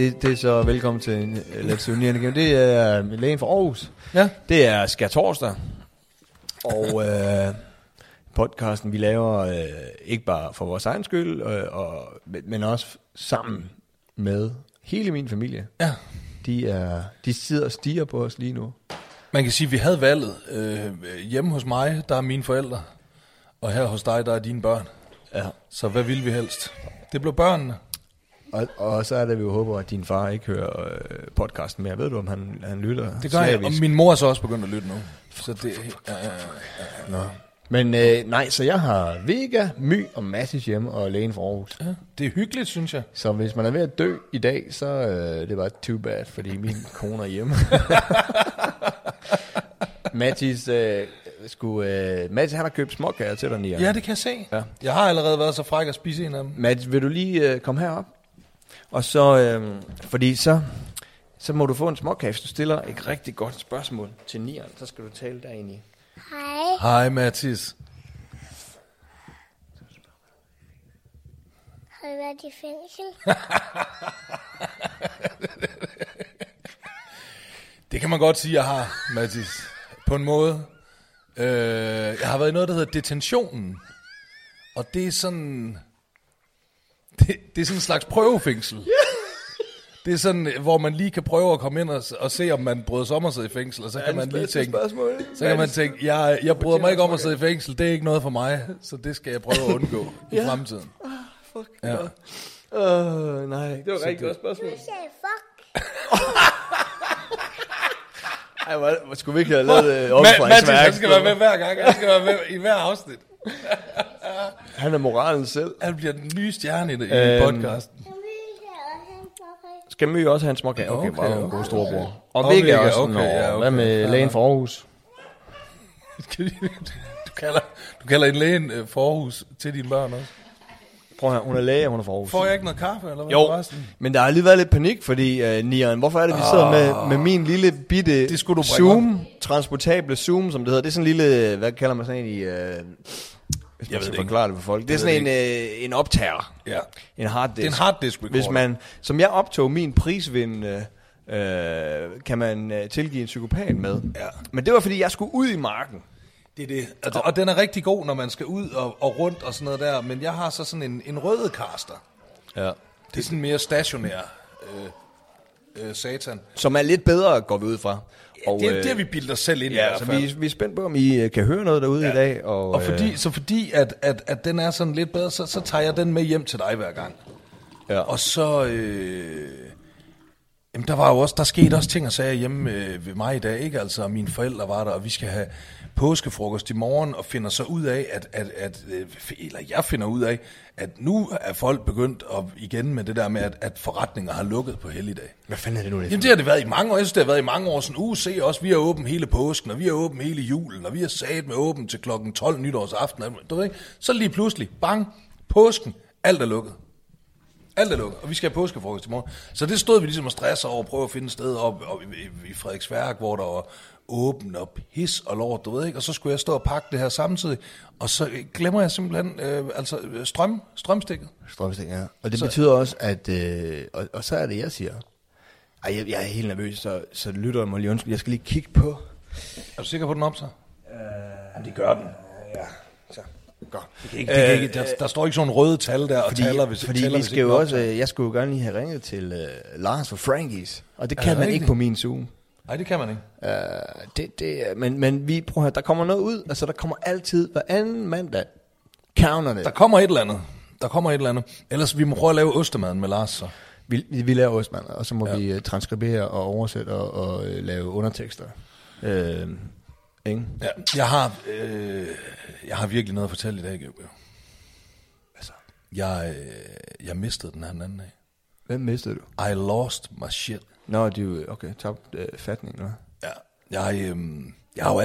det er så velkommen til Let's Union igen. Det er lægen fra Aarhus. Ja. Det er skærtorsdag. Og podcasten, vi laver ikke bare for vores egen skyld, men også sammen med hele min familie. Ja. De sidder og stiger på os lige nu. Man kan sige, at vi havde valget. Hjemme hos mig, der er mine forældre. Og her hos dig, der er dine børn. Ja. Så hvad ville vi helst? Det blev børnene. Og så er det, vi jo håber, at din far ikke hører podcasten mere. Ved du, om han lytter? Det gør jeg, og min mor er så også begyndt at lytte nu. Så det... Nå. Men nej, så jeg har Vega, My og Mattis hjemme og lægen fra Aarhus. Ja, det er hyggeligt, synes jeg. Så hvis man er ved at dø i dag, så det var too bad, fordi min kone er hjemme. Mattis, Mattis, han har købt småkager til dig, Nia. Ja, det kan jeg se. Ja. Jeg har allerede været så fræk at spise en af dem. Mattis, vil du lige komme herop? Og så, fordi så må du få en småkage, hvis du stiller et rigtig godt spørgsmål til Nieren. Så skal du tale derinde i. Hej. Hej, Mattis. Har du været i fængsel? Det kan man godt sige, jeg har, Mattis. På en måde. Jeg har været i noget, der hedder detentionen. Og det er sådan... Det er sådan en slags prøvefængsel. Det er sådan, hvor man lige kan prøve at komme ind og se, om man bryder sig om at sidde i fængsel. Og så kan man lige tænke... Så kan man tænke, jeg bryder mig ikke om at sidde i fængsel. Det er ikke noget for mig. Så det skal jeg prøve at undgå i fremtiden. Fuck. Ja. Nej, det var et rigtig godt spørgsmål. Du sagde fuck. Ej, skulle vi ikke have lavet Mattis, han skal være med hver gang. Han skal være med i hver afsnit. Han er moralen selv. Han bliver den nye stjerne i podcasten. Skal My også have en småkage? Okay, bare en god storebror. Og Vega Vega også. okay. Hvad med lægen fra Aarhus? Du kalder en lægen for Aarhus til dine børn også? Prøv her, hun er læge, og hun er fra Aarhus. Får jeg ikke noget kaffe, eller hvad? Jo, men der har lige været lidt panik, fordi Nieren, hvorfor er det, vi sidder med min lille bitte Zoom, transportable Zoom, som det hedder. Det er sådan en lille, hvad kalder man sådan en i... Hvis man skal forklare det for folk. Det er sådan en optager. Ja. En harddisk. Det er en harddisk recorder. Hvis man, som jeg optog min prisvindende, kan man tilgive en psykopat med. Ja. Men det var, fordi jeg skulle ud i marken. Det er det. Altså, og den er rigtig god, når man skal ud og rundt og sådan noget der. Men jeg har så sådan en rødecaster. Ja. Det er sådan mere stationær satan. Som er lidt bedre, går vi ud fra. Ja, og, det har vi bildet os selv ind i hvert fald. Vi er spændt på, om I kan høre noget derude i dag. Og fordi at den er sådan lidt bedre, så tager jeg den med hjem til dig hver gang. Ja. Og så... jamen, der skete også ting og sager hjemme ved mig i dag, ikke? Altså, mine forældre var der, og vi skal have påskefrokost i morgen, og finder så ud af, eller jeg finder ud af, at nu er folk begyndt igen med det der med, at forretninger har lukket på helligdag. Hvad fanden er det nu? Jamen, det har det været i mange år. Jeg synes, det har været i mange år. Sådan, se også, vi har åbent hele påsken, og vi har åbent hele julen, og vi har sat med åbent til klokken 12 nytårsaften. Du ved ikke? Så lige pludselig, bang, påsken, alt er lukket. Alt er lukket, og vi skal have påskefrokost i morgen. Så det stod vi ligesom og stresse over at prøve at finde et sted op i Frederiksværk, hvor der var åben og pis og lort, du ved ikke. Og så skulle jeg stå og pakke det her samtidig, og så glemmer jeg simpelthen strømstikket. Strømstikket, ja. Og det betyder også, at, og så er det, jeg siger. Ej, jeg er helt nervøs, så lytter jeg mig lige undskyld. Jeg skal lige kigge på. Er du sikker på, den optager? Jamen, det gør den. Ja, så. Der står ikke sådan røde tal der og taler, hvis fordi vi skal jo også, jeg skulle jo gerne lige have ringet til Lars fra Frankies, og det kan man ikke på min Zoom. Nej, det kan man ikke. Men vi prøver her, der kommer noget ud, altså der kommer altid hver anden mandag, counter det. Der kommer et eller andet. Ellers vi må prøve at lave ostemaden med Lars så. Vi laver ostemaden, og så må vi transkribere og oversætte og lave undertekster. Ikke? Ja, jeg har virkelig noget at fortælle i dag, Gabriel. Altså, jeg mistede den her anden dag. Hvem mistede du? I lost my shit. Nå, du tabt fatning, eller? Ja, jeg har jo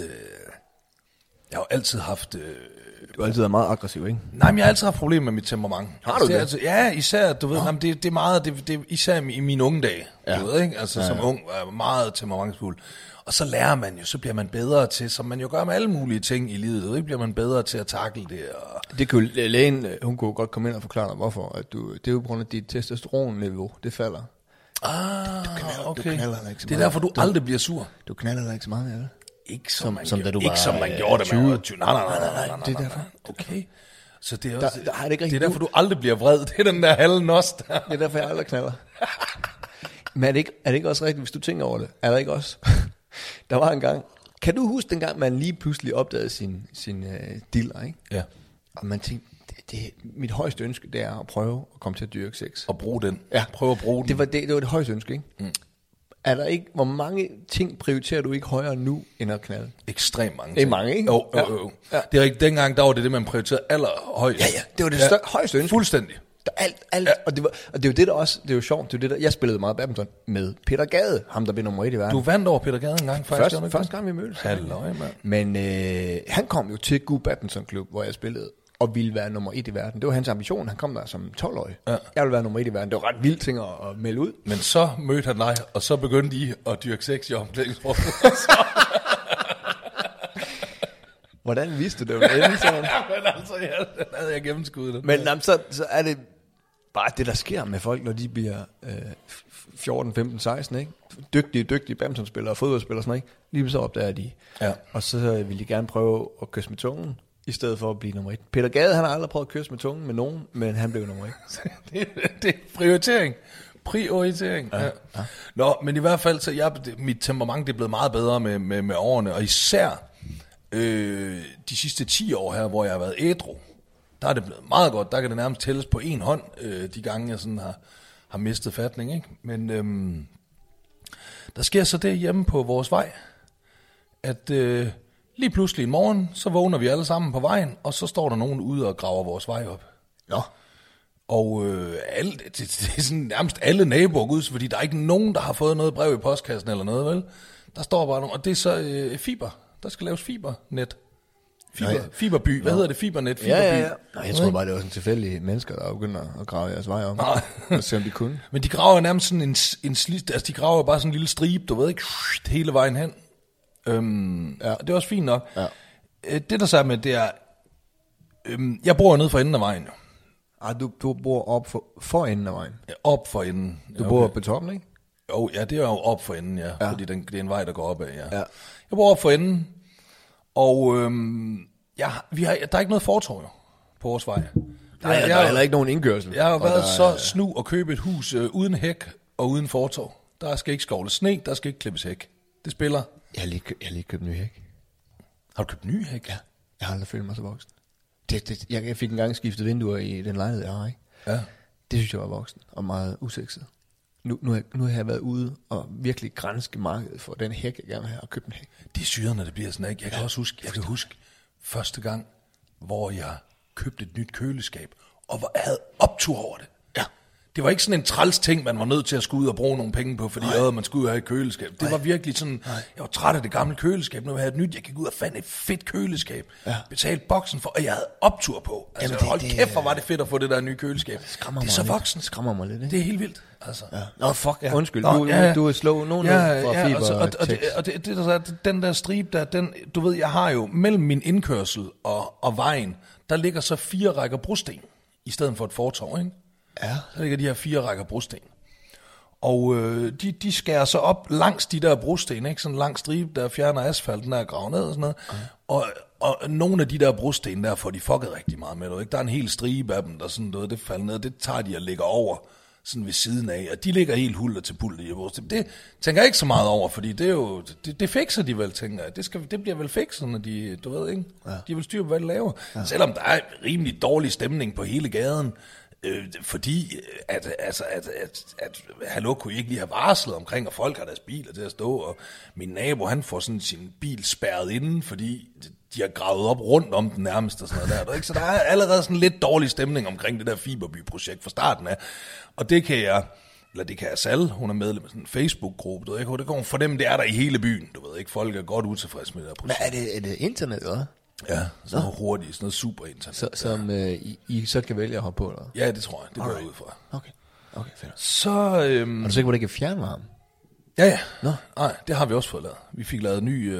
altid haft... Du har altid været meget aggressiv, ikke? Nej, men jeg har altid haft problemer med mit temperament. Har du det? Altså, ja, især, du ved, det er meget, det især i mine unge dage, du ved, ikke? Altså, som ung er meget temperamentsfuld. Og så lærer man jo, så bliver man bedre til, som man jo gør med alle mulige ting i livet, ikke? Bliver man bedre til at takle det. Og... Det kunne lægen, hun kunne godt komme ind og forklare dig, hvorfor. At det er jo på grund af dit testosteronniveau, det falder. Okay. Du knaller ikke så det er meget. derfor, du aldrig bliver sur. Du knaller ikke så meget, eller? Ikke som man da du ikke var, som man gjorde det med 20. Nej, det er derfor. Okay. Så det er også, Der er det ikke det er rigtig derfor, du aldrig bliver vred. Det er den der halve nos der. Det er derfor, jeg aldrig knaller. Men er det ikke også rigtigt, hvis du tænker over det? Er der ikke også? Der var en gang. Kan du huske dengang, man lige pludselig opdagede sin diller, ikke? Ja. Og man tænkte, mit højeste ønske, det er at prøve at komme til at dyrke sex. Og bruge den. Ja. Prøve at bruge den. Det var det højeste ønske, ikke? Mm. Er der ikke, hvor mange ting prioriterer du ikke højere nu, end at knalde? Ekstremt mange ting. Det er mange, ikke? Jo. Ja. Det er rigtigt. Dengang, der var det man prioriterede allerhøjst. Ja, det var det højeste ønske. Fuldstændig. Alt. Ja. Og det er jo det der også, det er jo sjovt, det er jo det der, jeg spillede meget badminton med Peter Gade, ham der blev nummer 1 i verden. Du vandt over Peter Gade en gang faktisk. Første gang vi mødtes. Halløj, mand. Men han kom jo til Gud Badminton Klub, hvor jeg spillede, og ville være nummer 1 i verden. Det var hans ambition, han kom der som 12-årig. Ja. Jeg ville være nummer 1 i verden. Det var ret vildt ting at melde ud. Men så mødte han dig, og så begyndte I at dyrke sex i omklædningsrummet. Hvordan vidste du det? Men altså, den havde jeg gennemskuddet. Men så er det bare det, der sker med folk, når de bliver 14, 15, 16, ikke? Dygtige badmintonspillere og fodboldspillere, sådan, ikke? Lige så opdager de. Ja. Og så vil de gerne prøve at kysse med tungen, i stedet for at blive nummer 1. Peter Gade, han har aldrig prøvet at kysse med tungen med nogen, men han blev nummer 1. det er prioritering. Ja. Nå, men i hvert fald, så mit temperament det er blevet meget bedre med årene, og især de sidste 10 år her, hvor jeg har været ædru, der er det blevet meget godt. Der kan det nærmest tælles på en hånd, de gange jeg sådan har mistet fatning, ikke? Men der sker så det hjemme på vores vej, at lige pludselig en morgen, så vågner vi alle sammen på vejen, og så står der nogen ude og graver vores vej op. Ja. Og det er sådan nærmest alle naboer ud, fordi der er ikke nogen, der har fået noget brev i postkassen eller noget, vel? Der står bare nogen, og det er så fiber. Der skal laves fibernet. Fiberby. Hvad hedder det? Fibernet? Fiberby. Ja. Nej, jeg tror bare, det var sådan tilfældige mennesker, der begynder at grave jeres vej om. Og se, om de kunne. Men de graver nærmest sådan en slit, altså de graver bare sådan en lille stribe, du ved ikke, hele vejen hen. Det er også fint nok. Ja. Det der så er med, det er, jeg bor nede for enden af vejen. Du bor op for enden af vejen? Ja, op for enden. Du bor på toppen, ikke? Jo, ja, det er jo op for enden, ja. Fordi det er en vej, der går opad, ja. Jeg bor op for enden, og der er ikke noget fortov på vores vej. Nej, der er heller ikke nogen indkørsel. Jeg har været så snu at købe et hus uden hæk og uden fortov. Der skal ikke skovles sne, der skal ikke klippes hæk. Det spiller. Jeg har lige købt ny hæk. Har du købt ny hæk? Ja. Jeg har aldrig følt mig så voksen. Jeg fik engang skiftet vinduer i den lejlighed, jeg har, ikke? Ja. Det synes jeg var voksen og meget usekset. Nu har jeg været ude og virkelig grænske markedet for den hæk, jeg gerne vil have, og købt en hæk. Det er syret, når det bliver sådan, ikke? Jeg kan også huske første gang, hvor jeg købte et nyt køleskab, og jeg havde optur over det. Ja. Det var ikke sådan en træls ting, man var nødt til at skulle ud og bruge nogle penge på, fordi man skulle ud og have et køleskab. Det var virkelig sådan, jeg var træt af det gamle køleskab, nu vil jeg have et nyt, jeg gik ud og fandt et fedt køleskab, betalte boksen for, og jeg havde optur på. Altså, hold kæft, hvor var det fedt at få det der nye køleskab. Det er så voksen. Det skræmmer mig lidt, ikke? Det er helt vildt. Altså. Ja. Nå, fuck, undskyld. Du er slået nogen fra fiber. Og det der så, den der stribe der, den, du ved, jeg har jo mellem min indkørsel og vejen, der ligger så 4 rækker brosten, i stedet for et fortov, ikke? Ja. Der ligger de her 4 rækker brosten. Og de skærer så op langs de der brosten, ikke? Sådan en lang stribe, der fjerner asfalten, der er gravet ned og sådan noget. Og nogle af de der brosten der får de fucket rigtig meget med, ikke? Der er en hel stribe af dem, der sådan noget, det falder ned, det tager de og lægger over sådan ved siden af, og de ligger helt hulter til pulter i vores. Det tænker jeg ikke så meget over, fordi det er jo, det fikser de vel, tænker jeg. Det bliver vel fikset, når de, du ved ikke, de vil styre på, hvad de laver. Ja. Selvom der er rimelig dårlig stemning på hele gaden, fordi at hallo, kunne I ikke lige have varslet omkring, og folk har deres biler til at stå, og min nabo, han får sådan sin bil spærret inden, fordi de har gravet op rundt om den nærmest og sådan noget der. Ikke? Så der er allerede sådan lidt dårlig stemning omkring det der Fiberby-projekt fra starten af. Og det kan jeg Sal, hun er medlem af sådan en Facebook-gruppe, du ved ikke, det kommer for dem, det er der i hele byen, du ved ikke, folk er godt utilfredse med det der projekt. Men er det internet, eller? Ja, sådan noget hurtigt, sådan noget super internet. Som I så kan vælge at hoppe på, eller? Ja, det tror jeg, det går jeg ud fra. Okay, fedt. Så... Er du sikker på, at det kan fjernvarme? Ja. Nej, det har vi også fået lavet. Vi fik lavet ny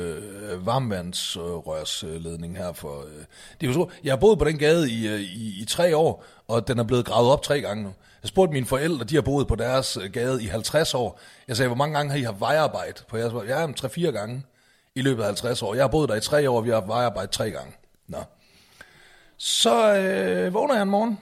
varmvandsrørsledning her for... det er jo så, jeg har boet på den gade i 3 år, og den er blevet gravet op 3 gange nu. Jeg spurgte mine forældre, de har boet på deres gade i 50 år. Jeg sagde, hvor mange gange har I haft vejarbejde på jeres? Jeg har 3-4 gange i løbet af 50 år. Jeg har boet der i 3 år, og vi har haft vejarbejde 3 gange. Nå. Så vågner jeg en morgen.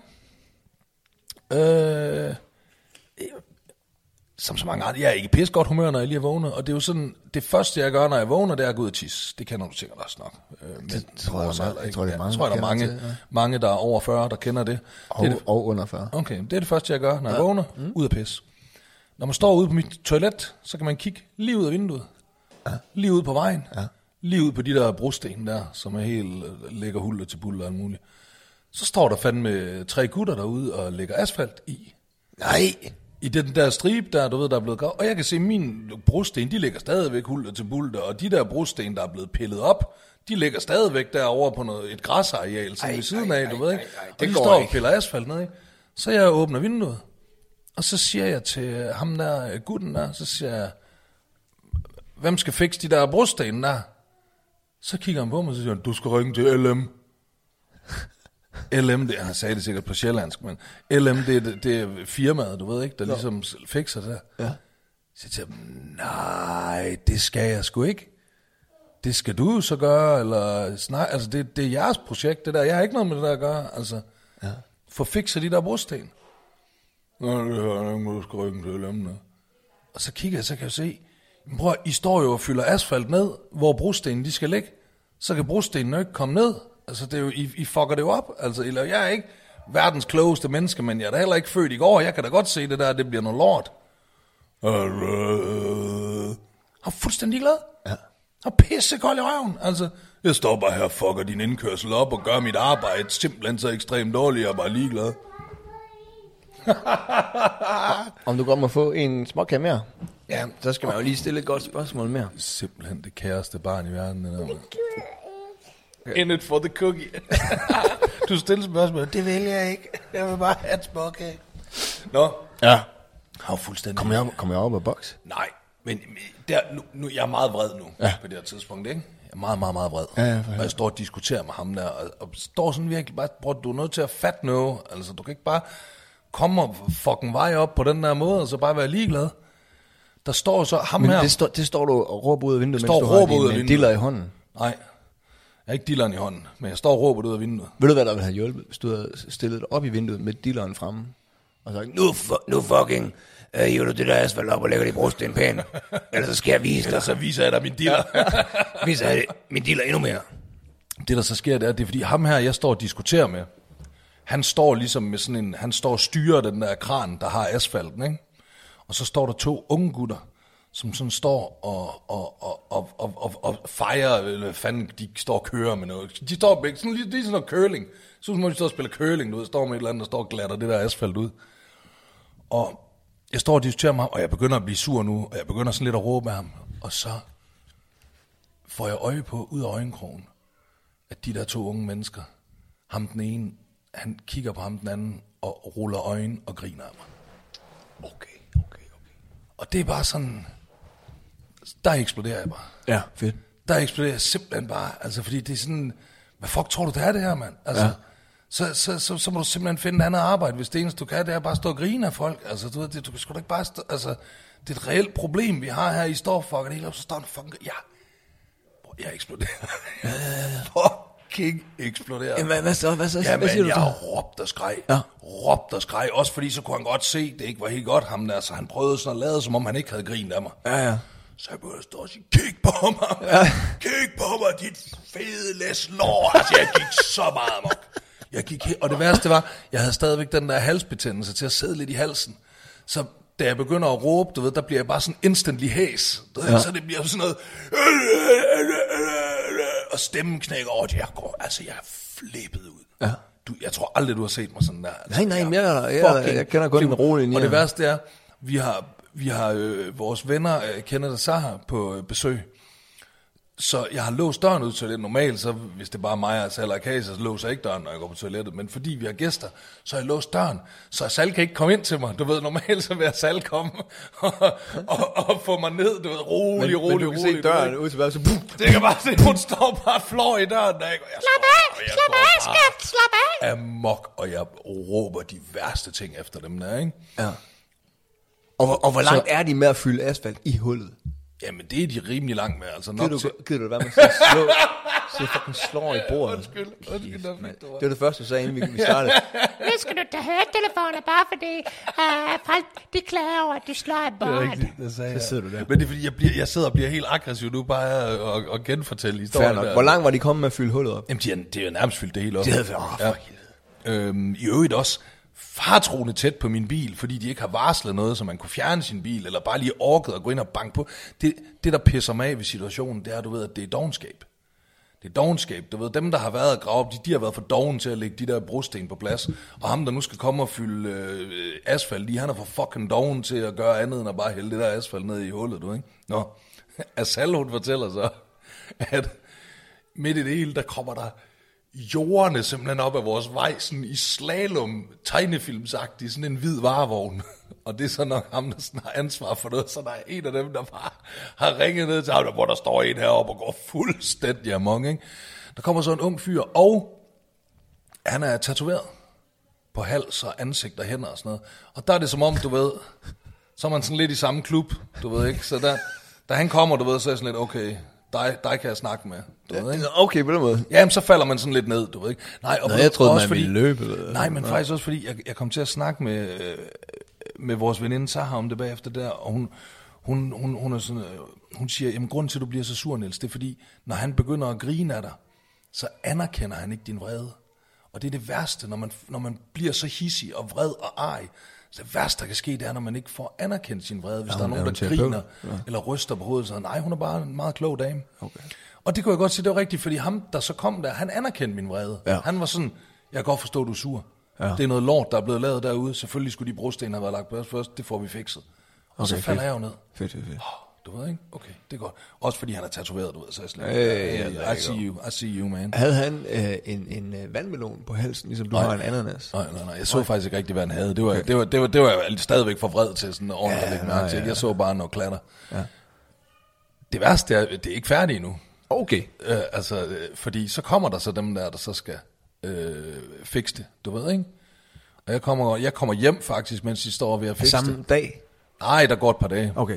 Som så mange andre. Jeg er ikke pisse godt humør, når jeg lige er vågnet. Og det er jo sådan, det første jeg gør, når jeg vågner, det er at gå ud og tisse. Det kender du sikkert også nok. Det tror jeg, der er mange, der er over 40, der kender det. Og under 40. Okay, det er det første, jeg gør, når jeg vågner. Ud og pisse. Når man står ude på mit toilet, så kan man kigge lige ud af vinduet. Ja. Lige ud på vejen. Ja. Lige ud på de der brosten der, som er helt lægger hulter til buller og alt muligt. Så står der fandme 3 gutter derude og lægger asfalt i. Nej! I den der stribe der, du ved, der er blevet gravet. Og jeg kan se, at mine brosten, de ligger stadigvæk hulter til bulter. Og de der brosten, der er blevet pillet op, de ligger stadigvæk derovre på et græsareal, som ved siden af, du ved ikke. Og de står og piller asfalt ned, ikke? Så jeg åbner vinduet. Og så siger jeg til ham der, gutten der, så siger jeg, hvem skal fikse de der brosten der? Så kigger han på mig, og så siger han, du skal ringe til LM. LM, det, han sagde det sikkert på sjællandsk, men LM, det er firmaet, du ved ikke, der ligesom fikser det. Ja. Så jeg siger, nej, det skal jeg sgu ikke. Det skal du så gøre, eller snak, altså det er jeres projekt, det der. Jeg har ikke noget med det der at gøre, altså. Ja. Få fikset de der brosten. Nå, det er du skal ringe til LM. Og så kigger jeg, så kan jeg se, prøv, I står jo og fylder asfalt ned, hvor brostenen de skal ligge. Så kan brostenen jo ikke komme ned. Altså, det er jo, I fucker det jo op. Altså, eller jeg er ikke verdens klogeste menneske, men jeg er da heller ikke født i går. Jeg kan da godt se det der, det bliver noget lort. Han er fuldstændig glad. Ja. Han er pissekold i røven. Altså, jeg står bare her og fucker din indkørsel op og gør mit arbejde simpelthen så ekstremt dårligt. Jeg er bare ligeglad. Om du godt må få en småkage mere? Ja, så skal man jo lige stille et godt spørgsmål mere. Simpelthen det kæreste barn i verden. In it for the cookie. Du stiller spørgsmål. Det vil jeg ikke. Jeg vil bare have et småkage. Nå. Ja. Har fuldstændig. Kommer jeg op af boks? Nej, men der, nu, jeg er meget vred nu på det her tidspunkt, ikke? Jeg er meget, meget, meget vred. Ja, og jeg står og diskuterer med ham der, og står sådan virkelig bare, bror, du er nødt til at fatte noget. Altså, du kan ikke bare komme og fucking veje op på den der måde, og så bare være ligeglad. Der står så ham men her. Det står du og råber ud af vinduet, mens du har din diller i hånden? Nej. Jeg har ikke dilleren i hånden, men jeg står og råber ud af vinduet. Ved du, hvad der ville have hjulpet, hvis du havde stillet op i vinduet med dilleren fremme? Og sagt, nu fucking hiver du det der asfalt op og lægger det i brosten pænt. Ellers så skal jeg vise dig. Ellers så viser jeg dig min diller. Viser jeg min diller endnu mere. Det der så sker, det er fordi ham her, jeg står og diskuterer med, han står ligesom med sådan en, han står og styrer den der kran, der har asfalten, ikke? Og så står der 2 unge gutter, som sådan står og fejrer, eller fanden, de står og kører med noget. De står begge, sådan lige sådan noget curling. Så må de står og spille curling, du ved, står med et eller andet, der står og glatter det der asfalt ud. Og jeg står og diskuterer med ham, og jeg begynder at blive sur nu, og jeg begynder sådan lidt at råbe med ham. Og så får jeg øje på, ud af øjenkrogen, at de der 2 unge mennesker, ham den ene, han kigger på ham den anden, og ruller øjne og griner af mig. Okay. Og det er bare sådan, der eksploderer jeg bare. Ja, fedt. Der eksploderer jeg simpelthen bare, altså fordi det er sådan, hvad fuck tror du det er det her, mand? Altså, ja. så må du simpelthen finde et andet arbejde, hvis det eneste du kan, det er bare at stå og grine af folk. Altså, du ved, du kan sgu da ikke bare altså, det er et reelt problem, vi har her, I står fucker det hele op, så står der fucking, jeg eksploderer. Ja. Fucking eksploderer. Jamen, hvad så? Jamen, hvad siger du så? Jeg råbte og skreg. Også fordi så kunne han godt se, det ikke var helt godt ham der, så han prøvede sådan at lade, som om han ikke havde grinet af mig. Ja. Så jeg begyndte at stå og sige, kig på mig. Ja. Kig på mig, dit fede læslår. Altså, jeg gik så meget amok. Og det værste var, jeg havde stadigvæk den der halsbetændelse til at sidde lidt i halsen. Så da jeg begynder at råbe, du ved, der bliver jeg bare sådan instantly hæs. Så det bliver sådan noget, og stemmen knækker over, jeg er flippet ud. Ja. Jeg tror aldrig, du har set mig sådan der. Altså, nej, jeg kender kun den rolige. Og det værste er, vi har vores venner, kender der Sahar, på besøg. Så jeg har låst døren ud til toilettet. Normalt, så hvis det bare er mig og Sal og Kase, så låser jeg ikke døren, når jeg går på toilettet. Men fordi vi har gæster, så har jeg låst døren. Så Sal kan ikke komme ind til mig. Du ved, normalt så vil jeg Sal komme og få mig ned. Du ved, rolig. Men du kan se døren ud til hvad, så det kan bare se, hun står bare flår i døren. Der, ikke? Slap af, skat, slap af. Amok, og jeg råber de værste ting efter dem der, ikke? Ja. Og hvor langt er de med at fylde asfalt i hullet? Jamen, det er de rimelig langt med, altså nok til... Gider du være med at slå? Så fucking slår i bordet. Undskyld, det var det første, du sagde, inden vi startede. Nu skal du tage høretelefoner, bare fordi folk de klager over, at du slår i bordet. Så sidder du der. Men det er fordi, jeg sidder og bliver helt aggressiv nu, bare og genfortælle historien der. Hvor langt var de kommet med at fylde hullet op? Jamen, det er jo nærmest fyldt det hele op. Det havde været, I øvrigt også fartroende tæt på min bil, fordi de ikke har varslet noget, så man kunne fjerne sin bil, eller bare lige orket at gå ind og banke på. Det der pisser mig af ved situationen, det er, du ved, at det er dovenskab. Det er dovenskab. Du ved, dem, der har været og grave op, de har været for doven til at lægge de der brosten på plads. Og ham, der nu skal komme og fylde asfalt, han er for fucking doven til at gøre andet, end at bare hælde det der asfalt ned i hullet, du, ikke? Nå, Asal, hun fortæller så, at midt i det hele, der kommer der jordene simpelthen op af vores vej, sådan i slalom, tegnefilmsagtigt, sådan en hvid varevogn. Og det er så nok ham, der har ansvar for noget, så der er en af dem, der bare har ringet ned til ham, hvor der står en heroppe og går fuldstændig amok, ikke? Der kommer så en ung fyr, og han er tatoveret på hals og ansigt og hænder og sådan noget. Og der er det som om, du ved, så er man sådan lidt i samme klub, du ved ikke? Så da han kommer, du ved, så er sådan lidt, okay, dig kan jeg snakke med, du ved ikke? Okay, på den måde. Jamen, så falder man sådan lidt ned, du ved ikke? Nej, jeg troede, man ville løbe. Nej, men faktisk også fordi, jeg kom til at snakke med vores veninde Saha om det bagefter der, og hun er sådan, hun siger, jamen grunden til, at du bliver så sur, Niels, det er fordi, når han begynder at grine af dig, så anerkender han ikke din vrede. Og det er det værste, når man bliver så hissig og vred og ej. Så det værste, der kan ske, det er, når man ikke får anerkendt sin vrede. Hvis der er nogen, der griner eller ryster på hovedet, så nej, hun er bare en meget klog dame. Okay. Og det kunne jeg godt sige, det var rigtigt, fordi ham, der så kom der, han anerkendte min vrede. Ja. Han var sådan, jeg kan godt forstå, du er sur. Ja. Det er noget lort, der er blevet lavet derude. Selvfølgelig skulle de brosten have været lagt på os først. Det får vi fikset. Og så falder jeg jo ned. Fedt. Du ved ikke? Okay, det er godt. Også fordi han er tatoveret, du ved, så jeg I see you, man. Havde han en vandmelon på halsen, ligesom du har en ananas? Nej. Jeg så faktisk ikke rigtig, hvad han havde. Det var jeg stadigvæk for vred til, sådan ordentligt at lægge mærke til. Jeg så bare noget klatter. Ja. Det værste er, det er ikke færdigt endnu. Okay. Fordi så kommer der så dem der så skal fikse det, du ved, ikke? Og jeg kommer hjem faktisk, mens de står ved at fikse det. Samme dag? Nej, der går et par dage. Okay.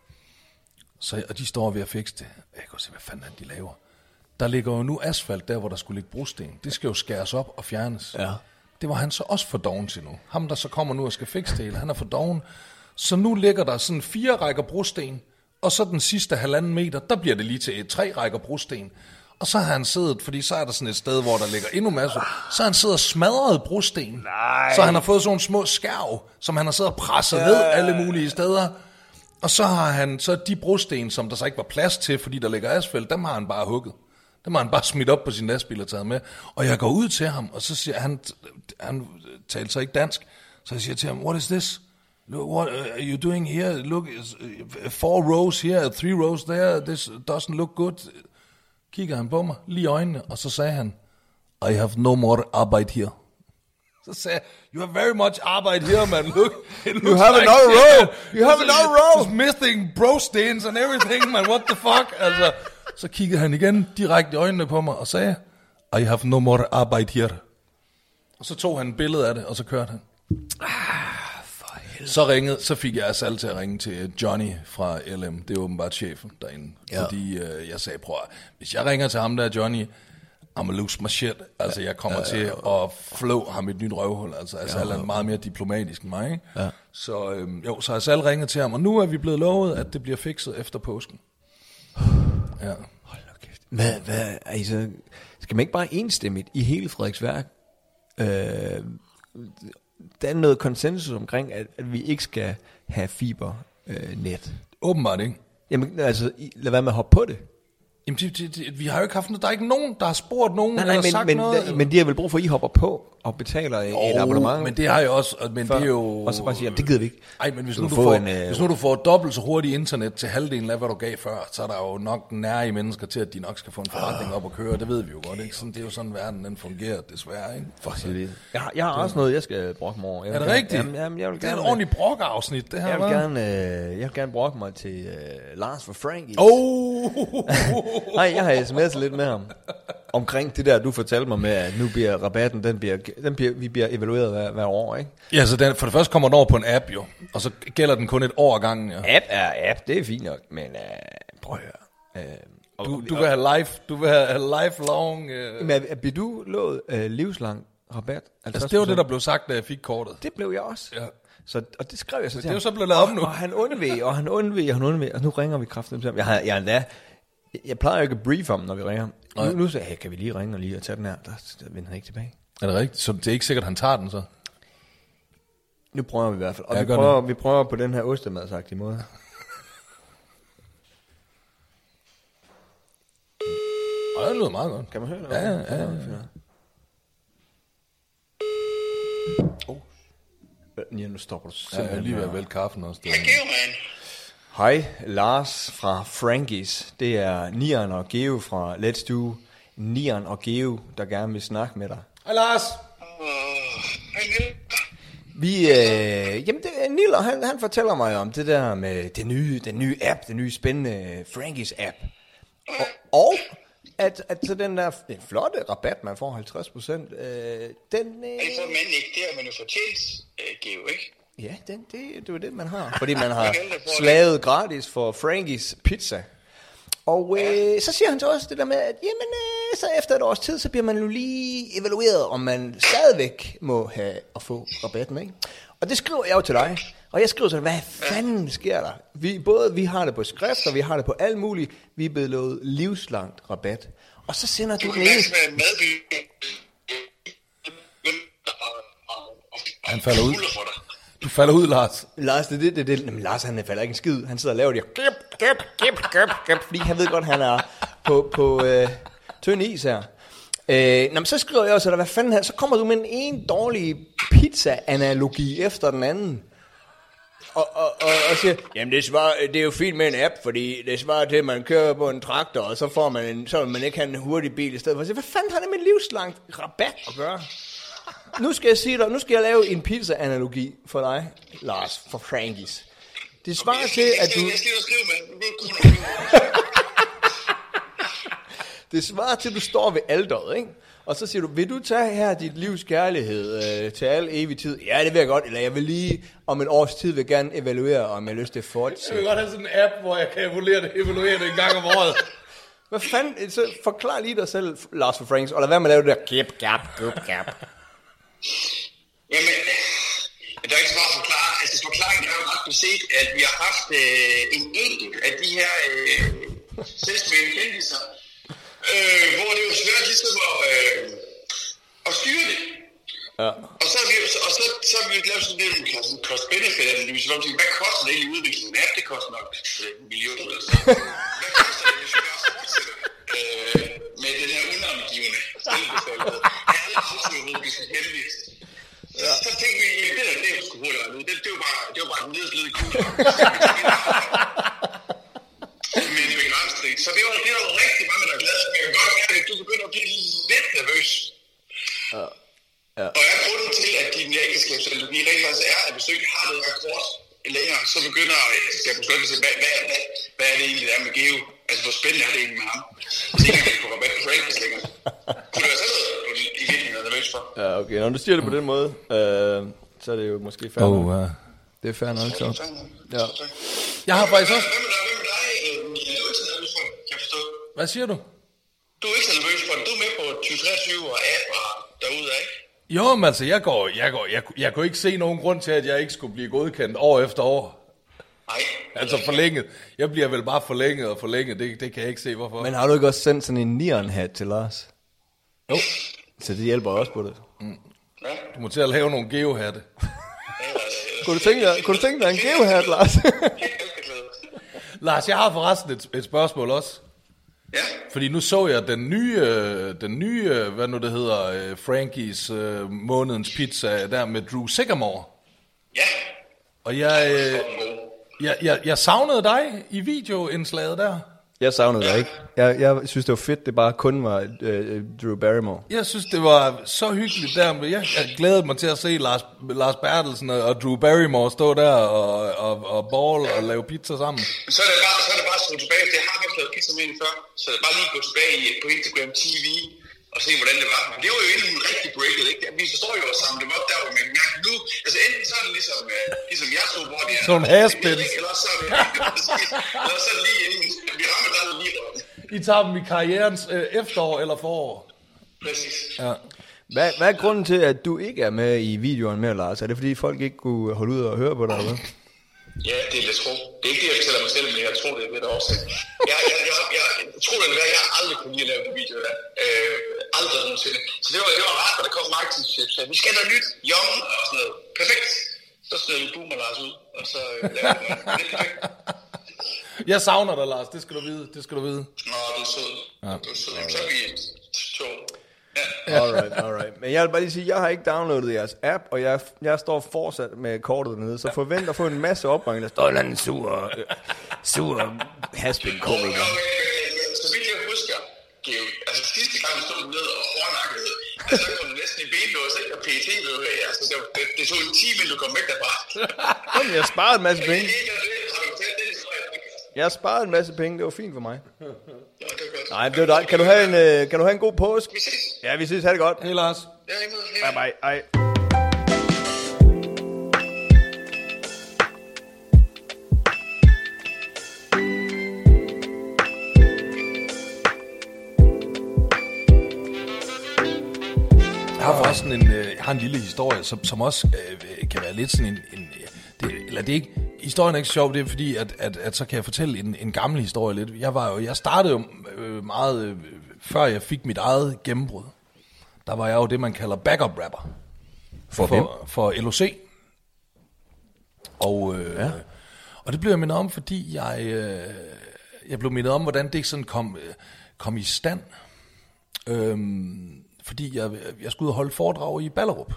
Og de står ved at fikse det. Jeg kan godt se, hvad fanden de laver. Der ligger jo nu asfalt der, hvor der skulle ligge brosten. Det skal jo skæres op og fjernes. Ja. Det var han så også for doven til nu. Ham, der så kommer nu og skal fikse det hele, han er for doven. Så nu ligger der sådan 4 rækker brosten, og så den sidste 1,5 meter, der bliver det lige til 3 rækker brosten. Og så har han siddet, fordi så er der sådan et sted, hvor der ligger endnu masse, så har han siddet og smadret brosten. Nej. Så han har fået sådan nogle små skærv, som han har siddet og presset ned alle mulige steder. Og så har han så de brosten, som der så ikke var plads til, fordi der ligger asfalt, dem har han bare hugget. Dem har han bare smidt op på sin lastbil og taget med. Og jeg går ud til ham, og så siger han taler så ikke dansk, så jeg siger til ham, what is this? Look, what are you doing here? Look, 4 rows here, 3 rows there, this doesn't look good. Kigger han på mig, lige i øjnene, og så sagde han, I have no more arbejde here. Så sagde jeg, you have very much arbejde here, man. Look, you have like another row. You have another row. It's missing bro stains and everything, man. What the fuck? Altså, så kiggede han igen direkte i øjnene på mig og sagde, I have no more arbejde here. Og så tog han et billede af det, og så kørte han. Så fik jeg Asal til at ringe til Johnny fra LM. Det er åbenbart chefen derinde. Ja. Fordi jeg sagde, prøv at, hvis jeg ringer til ham der, Johnny, I'm a lose my shit. Altså, jeg kommer til at flå ham et nyt røvhul. Altså, Asal er meget mere diplomatisk end mig, ikke? Ja. Så så Asal ringede til ham, og nu er vi blevet lovet, at det bliver fikset efter påsken. Ja. Hold da kæft. Hvad altså, skal man ikke bare enstemmigt i hele Frederiksværk der er noget konsensus omkring, at vi ikke skal have fibernet. Åbenbart ikke. Jamen, altså, lad være med at hoppe på det. Jamen, vi har jo ikke haft noget. Der er ikke nogen, der har spurgt nogen, eller sagt noget. Men de har vel brug for, at I hopper på og betaler et abonnement. Men det har jo også, men det er jo... Og så bare sige, det gider vi ikke. Ej, men hvis nu du får dobbelt så hurtigt internet til halvdelen af, hvad du gav før, så er der jo nok nære mennesker til, at de nok skal få en forretning op og køre. Det ved vi jo godt, ikke? Sådan, det er jo sådan, verden den fungerer, desværre, ikke? Jeg har også noget, jeg skal brokke mig over. Er det rigtigt? Jamen, jeg vil det er et ordentligt brok-afsnit, det her. Jeg vil gerne brokke mig til Lars for Frankie. Nej, jeg har sms'et lidt med ham. omkring det der, du fortalte mig med, at nu bliver rabatten, vi bliver evalueret hver år, ikke? Ja, så for det første kommer den over på en app jo, og så gælder den kun et år ad gangen. Ja. App, det er fint nok, men prøv at høre. Du vil have lifelong... Men bliver du lovet livslang rabat? Altså, det var det, der blev sagt, da jeg fik kortet. Det blev jeg også. Ja. Så, og det skrev jeg så til ham. Det er jo så blevet lavet om nu. Og han undveg, og nu ringer vi kraftigt til ham. Jeg plejer jo ikke at brief ham, når vi ringer. Nu sagde jeg, kan vi lige ringe og lige tage den her? Der vender han ikke tilbage. Er det rigtigt? Så det er ikke sikkert, han tager den så? Nu prøver vi i hvert fald. Og vi prøver på den her ostemadsagtige måde. Og det lyder meget godt. Kan man høre det? Ja. Ja, nu stopper du simpelthen. Jeg har lige været vel kaffen også. Hej, Lars fra Frankies. Det er Nian og Geo fra Let's Do. Nian og Geo, der gerne vil snakke med dig. Hej, Lars. Hej, Niel. Nil, han fortæller mig om det der med den nye app, den nye spændende Frankies app. Og at så den der flotte rabat, man får 50%, den... Det får man ikke, det har man jo fortjent, Geo, ikke? Ja, det er det, man har. Fordi man har slaget gratis for Frankies pizza. Og så siger han så også det der med, at så efter et års tid, så bliver man jo lige evalueret, om man stadigvæk må have at få rabatten, ikke? Og det skriver jeg jo til dig. Og jeg skriver sådan, hvad fanden sker der? Vi har det på skrift, og vi har det på alt muligt. Vi er blevet lovet livslangt rabat. Og så sender du en... Han falder ud. Du falder ud, Lars. Lars, det. Men Lars, han falder ikke en skid. Han sidder og laver det. Gip, fordi han ved godt, han er på tynd is her. Så skriver jeg også, hvad fanden her? Så kommer du med en dårlig pizza-analogi efter den anden. Og siger, jamen det er jo fint med en app, fordi det svarer til, at man kører på en traktor, og så vil man ikke have en hurtig bil i stedet for. Så hvad fanden har det med livslangt rabat at gøre? Nu skal jeg lave en pizza-analogi for dig, Lars, for Frankies. Det svarer til, at du... Det svarer til, at du står ved alderet, ikke? Og så siger du, vil du tage her dit livs kærlighed til al evig tid? Ja, det vil jeg godt. Eller jeg vil lige om et års tid vil gerne evaluere, om jeg har lyst til at fortsætte. Jeg vil godt have sådan en app, hvor jeg kan evaluere det en gang om året. Hvad fanden? Så forklar lige dig selv, Lars for Frankies. Eller hvad med at lave det der kip, gap. Jamen, der er ikke så meget at forklare. Altså, forklaringen er jo ret beset, at vi har haft en enkelt af de her selvstændige kendelser, hvor det er jo svært ligesom at styre det. Ja. Og så har vi jo lavet sådan en cost-benefit-analyse, hvor vi siger, hvad koster det i udviklingen? Ja, det koster nok 1 million eller så. Hvad koster det, hvis vi bare fortsætter med den her unavngivende selvbefaldet? Vi skal henvise. Så tænkte vi, det er sgu hurtigt nu. Det var bare en nedslid i kugler. Men begrænsning. Så det var rigtig mange, der er glade. Jeg kan godt mærke, at du begynder at blive lidt nervøs. Ja. Og jeg er grunden til, at din ægteskabsanalygi rent faktisk er, at hvis du ikke har noget akkord længere, så begynder ægteskabsanalygi at sige, hvad er det egentlig, der er med Geo? Altså, hvor spændende er det egentlig med ham? Så ikke kan få rabat på Frankies længere. Kunne det være sådan noget, du i virkeligheden er nervøs for? Ja, okay. Når du siger det på den måde, så er det jo måske fair nok. Det er fair nok, så. Ja. Jeg har faktisk også... Hvem er dig? Du er ikke så nervøs for, kan jeg forstå. Hvad siger du? Du er ikke så nervøs for det. Du er med på 2023 og app og derude, ikke? Jo, men altså, jeg kunne ikke se nogen grund til, at jeg ikke skulle blive godkendt år efter år. Nej. Altså forlænget. Jeg bliver vel bare forlænget. Det kan jeg ikke se, hvorfor. Men har du ikke også sendt sådan en neon-hat til Lars? Jo. Så det hjælper også på det. Du må til at lave nogle geohatte. Kunne du tænke dig en geohat, Lars? Lars, jeg har forresten et spørgsmål også. Ja. Fordi nu så jeg den nye hvad nu det hedder, Frankies månedens pizza der med Drew Sigamore. Ja. Og jeg savnede dig i videoindslaget der. Jeg savnede dig ikke. Jeg synes, det var fedt, det bare kun var Drew Barrymore. Jeg synes, det var så hyggeligt der. Jeg glædede mig til at se Lars Bertelsen og Drew Barrymore stå der og ball og lave pizza sammen. Så er det bare at stå tilbage, for jeg har ikke lavet pizza med hende før. Så det er bare lige at gå tilbage på Instagram TV og se, hvordan det var. Men det var jo endnu rigtig breaket, ikke? Vi så står jo og samler dem op der, hvor man mærker nu. Altså enten så er det ligesom jeg så, hvor det er... Sådan haspins. Eller så er det lige inden. Vi rammer der lige. I tager dem i karrierens efterår eller forår. Præcis. Ja. Hvad er grunden til, at du ikke er med i videoen mere, Lars? Er det fordi folk ikke kunne holde ud og høre på dig, eller hvad? Ja, det er lidt tro. Det er ikke det, jeg fortæller mig selv, men jeg tror, det er lidt årsag. Jeg tror, det er værd, jeg har aldrig kunne lide at lave en video der. Aldrig nogensinde. Så det var rart, når der kom marketingchef, så vi skal have noget nyt, young og sådan noget. Perfekt. Så snød vi Boom og Lars ud, og så lavede vi noget. Det er perfekt. Jeg savner dig, Lars. Det skal du vide. Nå, du er sød. Ja. Du er sød. Så er vi to. Ja. Alright. Men jeg vil bare lige sige, jeg har ikke downloadet jeres app, og jeg står fortsat med kortet dernede, så forvent at få en masse opringninger. Der står en eller anden sur haspin-komiker. Så vidt jeg husker, Geo, altså sidste gang vi stod ned og overnakkede, altså så kom du næsten i benlås, ikke? Og PT blev altså det tog en 10 minutter, du kom væk derfra. Jamen, jeg sparede en masse penge. Jeg har sparet en masse penge, det var fint for mig. Ja, det var godt. Nej, det var dejligt. Kan du have en god påske? Vi ses. Ja, vi ses. Ha' det godt. Hej, Lars. Ja, hej. Bye. Hej. Jeg har forresten en lille historie, som også kan være lidt sådan det er ikke, historien er ikke sjov, det er fordi, at så kan jeg fortælle en gammel historie lidt. Jeg startede jo meget, før jeg fik mit eget gennembrud. Der var jeg jo det, man kalder backup rapper. For LOC. Og det blev jeg mindet om, fordi jeg blev mindet om, hvordan det sådan kom i stand. Fordi jeg skulle ud og holde foredrag i Ballerup.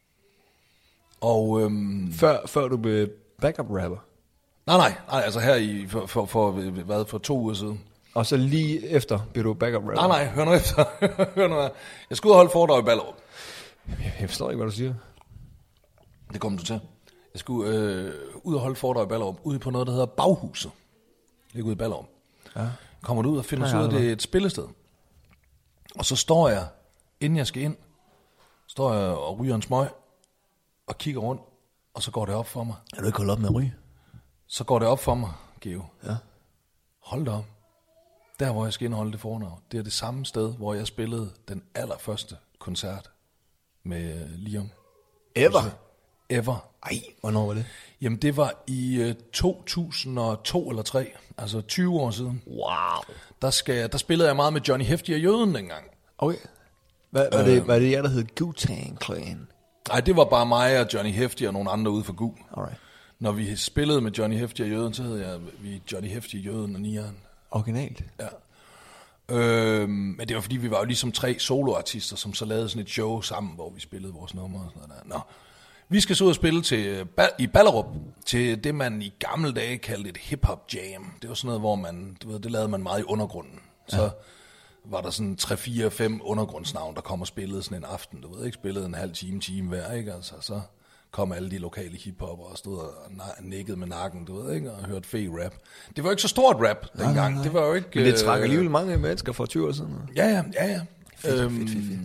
Og Før du blev backup rapper? Nej, altså her for 2 uger siden. Og så lige efter blev du backup rapper? Nej, hør nu efter. Jeg skulle ud og holde foredrag i Ballerup. Jeg forstår ikke, hvad du siger. Det kommer du til. Jeg skulle ud og holde foredrag i Ballerup, ude på noget, der hedder Baghuset. Ligger ude i Ballerup. Ja. Kommer du ud og finder ud af, det er et spillested. Og så står jeg, inden jeg skal ind, står jeg og ryger en smøg, og kigger rundt, og så går det op for mig. Er du ikke holdt op med at ryge? Så går det op for mig, Geo. Ja. Hold da op. Der, hvor jeg skal indholde det fornavn, det er det samme sted, hvor jeg spillede den allerførste koncert med Liam. Ever. Ej, hvornår var det? Jamen, det var i 2002 eller 3, altså 20 år siden. Wow. Der spillede jeg meget med Johnny Hefti og Jøden dengang. Okay. Var det jer, der hed Wu-Tang Clan? Nej, det var bare mig og Johnny Hefti og nogle andre ude for Gu. Alright. Når vi spillede med Johnny Hefti og Jøden, så hed vi Johnny Hefti, Jøden og Nieren. Originalt? Ja. Men det var fordi, vi var jo ligesom 3 soloartister, som så lavede sådan et show sammen, hvor vi spillede vores numre og sådan noget der. Nå. Vi skal så ud og spille i Ballerup til det, man i gamle dage kaldte et hip-hop jam. Det var sådan noget, hvor man, du ved, det lavede man meget i undergrunden. Så var der sådan 3-4-5 undergrundsnavn, der kom og spillede sådan en aften. Du ved ikke, spillede en halv time hver, ikke? Altså, så kom alle de lokale hiphopper og stod og nikkede med nakken, du ved ikke, og hørte fed rap. Det var ikke så stort rap dengang. Nej. Det var jo ikke... Men det trak alligevel mange mennesker for 20 år siden. Ja. Fedt.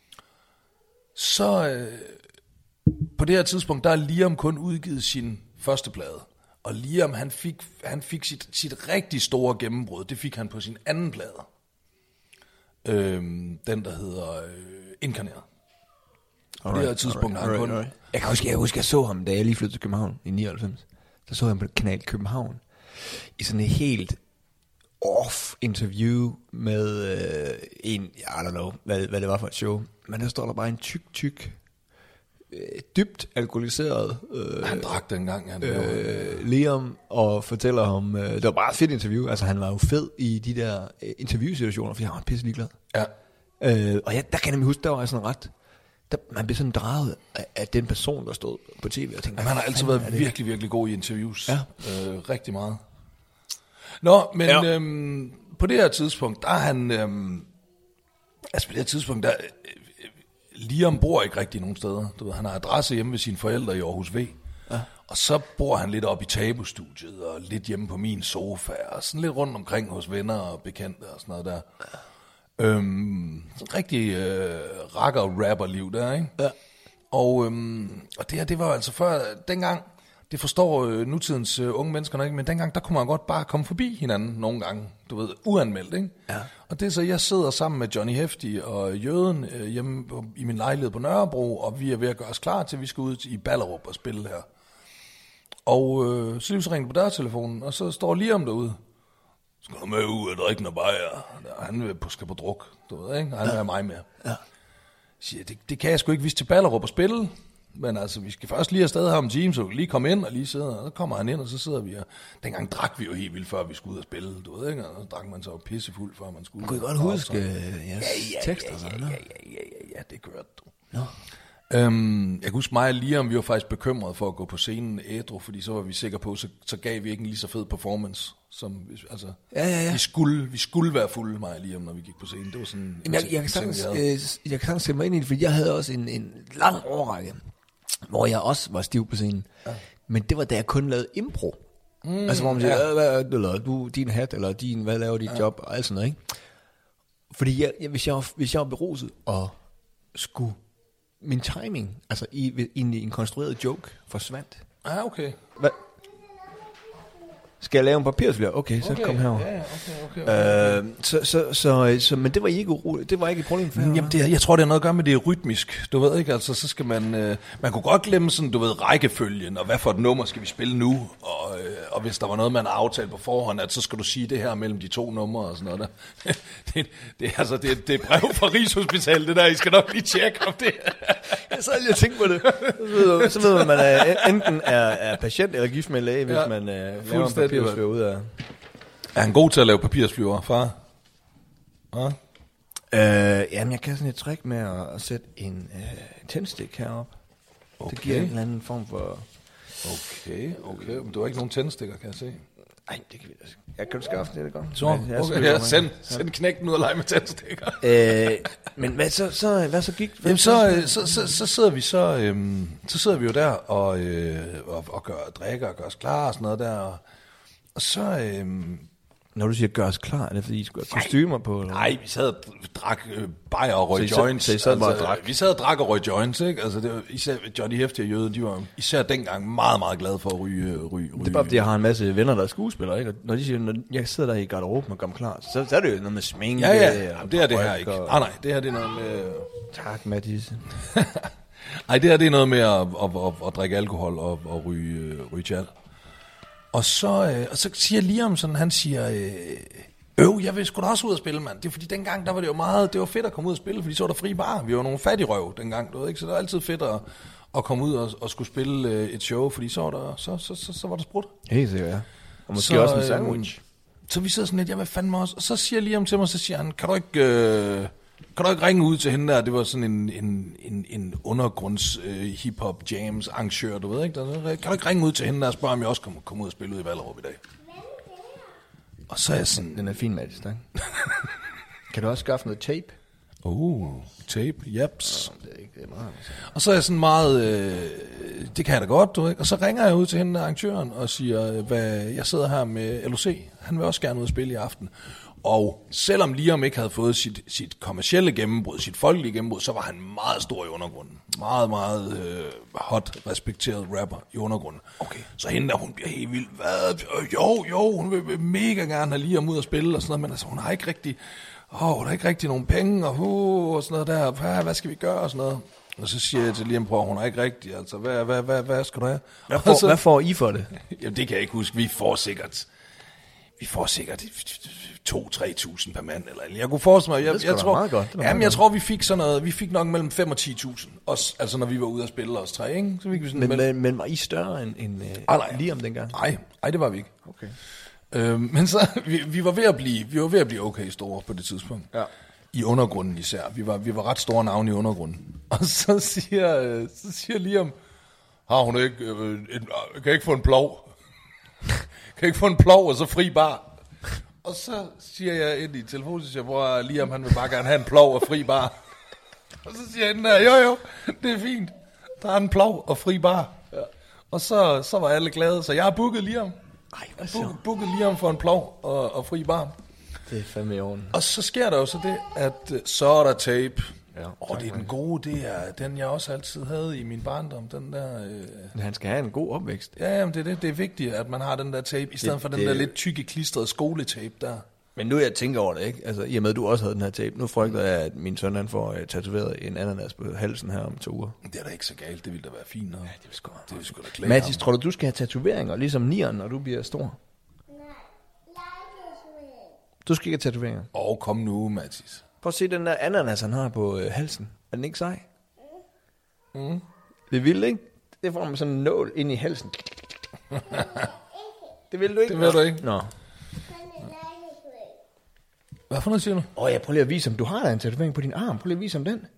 Så på det her tidspunkt, der er Liam kun udgivet sin første plade. Og Liam, han fik sit rigtig store gennembrud. Det fik han på sin anden plade. Den, der hedder Inkarneret. På det her tidspunkt har han kun... Jeg kan huske, jeg så ham, da jeg lige flyttede til København i 99. Så så jeg ham på Kanal København. I sådan et helt off interview med en, I don't know, hvad det var for et show. Men der står der bare en tyk, dybt alkoholiseret han drak dengang Liam, og fortæller ham, det var bare et fedt interview. Altså han var jo fed i de der interviewsituationer, fordi han var pisse ligeglad. Ja. Og der kan jeg nemlig huske, der var sådan ret, man blev sådan draget af den person, der stod på tv og tænkte, han har altid været virkelig, virkelig god i interviews. Ja. Rigtig meget. Nå, men på det her tidspunkt, der er han... altså på det her tidspunkt, der... Liam bor ikke rigtig nogen steder. Du ved, han har adresse hjemme ved sine forældre i Aarhus V. Ja. Og så bor han lidt op i Tabu-studiet, og lidt hjemme på min sofa, og sådan lidt rundt omkring hos venner og bekendte og sådan noget der. Rigtig rakker-rapper-liv der, ikke? Ja. Og det her, det var altså før, dengang, det forstår nutidens unge mennesker nok ikke, men dengang, der kunne man godt bare komme forbi hinanden nogle gange, du ved, uanmeldt, ikke? Ja. Og det er så, jeg sidder sammen med Johnny Hefti og Jøden hjemme i min lejlighed på Nørrebro, og vi er ved at gøre os klar til, at vi skal ud i Ballerup og spille her. Og så lige så ringer på dørtelefonen, og så står Liam derude. Skal du med ud og drikke noget bajer? Han skal på druk, du ved, ikke? Han vil have mig med. Ja. Siger, det kan jeg sgu ikke vise til Ballerup og spille. Men altså, vi skal først lige afsted her om time, så vi lige komme ind og lige sidde. Og så kommer han ind, og så sidder vi og... Dengang drak vi jo helt vildt, før vi skulle ud og spille, du ved, ikke? Og så drak man så pissefuld, før man skulle... Kunne I godt huske tekster? Ja, det kørte du. No. Jeg kan huske mig og Liam, vi var faktisk bekymrede for at gå på scenen ædru, fordi så var vi sikre på, så gav vi ikke en lige så fed performance, som, altså, vi skulle være fulde, mig og Liam, når vi gik på scenen. Det var sådan... Jeg kan sagtens sætte mig ind i det, fordi jeg havde også en lang årrække, hvor jeg også var stiv på scenen. Ja. Men det var da jeg kun lavede impro. Altså hvor man siger, eller du, din hat, eller din, hvad laver dit job, og alt sådan noget, ikke? Fordi hvis jeg var beruset og skulle... Min timing, altså i en konstrueret joke, forsvandt. Ah, okay. Hvad? Skal jeg lave en papirsflyer? Okay, så kom herover. Ja, okay. Så, men det var ikke uroligt. Det var ikke et problem for her. Jamen, jeg tror, det har noget at gøre med, det er rytmisk. Du ved ikke, altså, så skal man... man kunne godt glemme sådan, du ved, rækkefølgen, og hvad for et nummer skal vi spille nu, og hvis der var noget, man har aftalt på forhånd, at så skal du sige det her mellem de to numre og sådan noget der. det er brev fra Rigshospitalet, det der, I skal nok lige tjekke om det. Jeg sad lige og tænkte på det. Så ved man, at man enten er patient eller gift med en læge, hvis man laver en papirsflyer ud af... Er han god til at lave papirsflyer, far? Jamen, jeg kan sådan et trick med at sætte en tændstik herop. Okay. Det giver en eller anden form for... Okay. Men du har ikke nogen tændstikker, kan jeg se. Nej, det kan vi da. Jeg kan du skaffe det godt. Så, okay. Send knægten ud og lege med tændstikker. Men hvad så gik? Jamen, så sidder vi jo der og drikker og gør os klar og sådan noget der. Og så... Når du siger gør os klar, er det fordi I skulle have kostymer på? Eller? Nej, vi sad og drak bajer og røg joints. Så I sad bare og drak? Vi sad og drak og røg joints, ikke? Altså, det var, især Johnny Hefti og Jøden, de var især dengang meget, meget glade for at ryge. Det er bare fordi, jeg har en masse venner, der er skuespillere, ikke? Og når de siger, når jeg sidder der i garderoben og gør mig klar, så er det jo noget med sminke. Ja, det er det her ikke. Nej, det her det er noget med... Tak, Mathis. Nej, det her det er noget med at drikke alkohol og ryge chat. Og så siger Liam sådan, han siger, jeg vil sgu da også ud og spille, mand. Det er fordi dengang, der var det jo meget, det var fedt at komme ud og spille, fordi så var der fri bar. Vi var nogle fattigrøv dengang, du ved ikke, så det var altid fedt at komme ud og skulle spille et show, fordi så var der sprut. Helt sikkert, ja. Og måske også en sandwich. Så vi sidder sådan lidt, jeg vil fandme også. Og så siger Liam til mig, så siger han, kan du ikke ringe ud til hende der? Det var sådan en undergrunds hip-hop jams arrangør, du ved ikke? Kan du ikke ringe ud til hende der og spørge, om jeg også kan komme ud og spille ud i Ballerup i dag? Og så er jeg sådan... Den er fin, Mathis, ikke? Kan du også skaffe noget tape? Tape, jeps. Det er ikke det meget. Og så er jeg sådan meget... det kan jeg da godt, du ikke? Og så ringer jeg ud til hende der arrangøren og siger, jeg sidder her med LOC. Han vil også gerne ud og spille i aften. Og selvom Liam ikke havde fået sit kommercielle gennembrud, sit folkelige gennembrud, så var han meget stor i undergrunden. Meget, meget hot, respekteret rapper i undergrunden. Okay. Så hende der, hun bliver helt vild. Jo, hun vil mega gerne have Liam ud og spille og sådan noget, men altså, hun har ikke rigtig nogen penge og sådan noget der. Hvad skal vi gøre og sådan noget? Og så siger jeg til Liam, prøv, hun er ikke rigtig, altså, hvad skal du have? Hvad får I for det? Jamen, det kan jeg ikke huske. Vi får sikkert 2-3.000 per mand, eller jeg kunne forestille mig, jeg tror, meget godt. Jeg tror, vi fik sådan noget, vi fik nok mellem 5 og 10.000, også, altså når vi var ude at spille os tre, ikke? Så fik vi sådan men var I større end Liam dengang? Nej, det var vi ikke. Okay. Men så, vi var ved at blive okay store på det tidspunkt. Ja. I undergrunden især. Vi var ret store navne i undergrunden. Og så siger Liam, har hun ikke, kan ikke få en plov? Kan ikke få en plov og så fri bar? Og så siger jeg ind i telefonen, hvor Liam han vil bare gerne have en plov og fri bar. Og så siger jeg den der, jo, det er fint. Der er en plov og fri bar. Ja. Og så var alle glade, så jeg har booket Liam. Ej, hvad så? Booket Liam for en plov og fri bar. Det er fandme i orden. Og så sker der jo så det, at så er der tape. Ja, Og det er den gode, det er den, jeg også altid havde i min barndom. Den der... Han skal have en god opvækst. Ja, jamen, det er vigtigt, at man har den der tape, i stedet for den der lidt tykke, klistrede skoletape der. Men nu jeg tænker over det, ikke? Altså, i og med, at du også havde den her tape, nu frygter jeg, at min søn han får tatoveret en ananas på halsen her om 2 uger. Det er da ikke så galt, det ville da være fint nok. Ja, det vil sgu da klæde Mathis, tror du skal have tatoveringer, ligesom nieren, når du bliver stor? Nej, jeg er ikke Du skal ikke have tatoveringer. Og kom nu, Mathis. Prøv at se den der ananas, han har på halsen. Er den ikke sej? Mm. Det er vildt, ikke? Det får man sådan en nål ind i halsen. Det vil du ikke? Det vil du ikke. Nå. Hvad for noget siger du? Jeg prøver lige at vise, om du har en tatovering på din arm. Prøv lige at vise om den.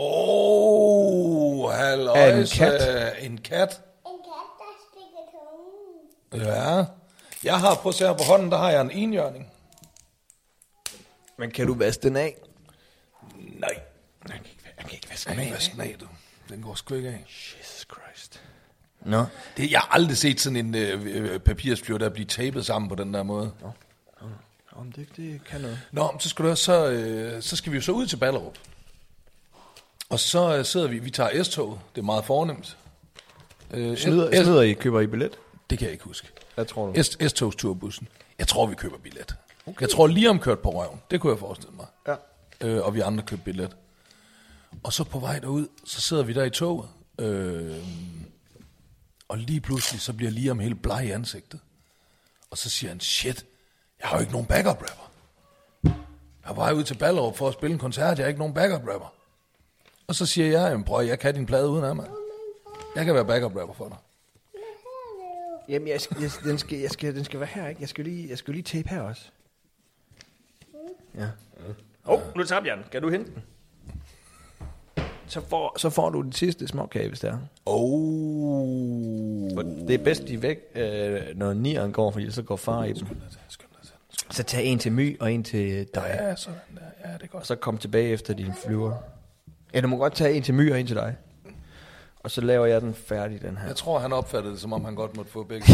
Halløjse. En kat. En kat. En kat, der stikker tungen. Ja. Jeg har, prøv at se her på hånden, der har jeg en enhjørning. Men kan du vaske den af? Nej. Jeg kan ikke vaske Jeg kan ikke vaske den af, du. Den går sgu ikke af. Jesus Christ. Nå. Jeg har aldrig set sådan en papirsflyver, der bliver tapet sammen på den der måde. Om det kan noget. Nå, så skal du også, så skal vi jo så ud til Ballerup. Og så sidder vi tager S-toget. Det er meget fornemt. Snyder I, køber I billet? Det kan jeg ikke huske. Hvad tror du? S-togsturbussen. Jeg tror, vi køber billet. Okay. Jeg tror lige om kørt på røven. Det kunne jeg forestille mig. Ja. Og vi andre købte billet. Og så på vej derud, så sidder vi der i toget. Og lige pludselig, så bliver Liam helt bleg i ansigtet. Og så siger han, shit, jeg har jo ikke nogen backup rapper. Jeg er på vej ud til Ballerup for at spille en koncert, jeg har ikke nogen backup rapper. Og så siger jeg, jamen prøv, jeg kan din plade uden af mig. Jeg kan være backup rapper for dig. Jamen, den skal være her, ikke? Jeg skal lige tape her også. Ja. Nu tabte jeg den. Kan du hente den? Så får du den sidste småkage, hvis det er. Det er bedst, de er væk, når nieren går, fordi så går far i dem. Så tag en til My og en til dig. Ja, sådan der. Ja, det er godt. Og så kom tilbage efter din flyver. Ja, du må godt tage en til My og en til dig. Og så laver jeg den færdig, den her. Jeg tror, han opfattede det, som om han godt måtte få begge.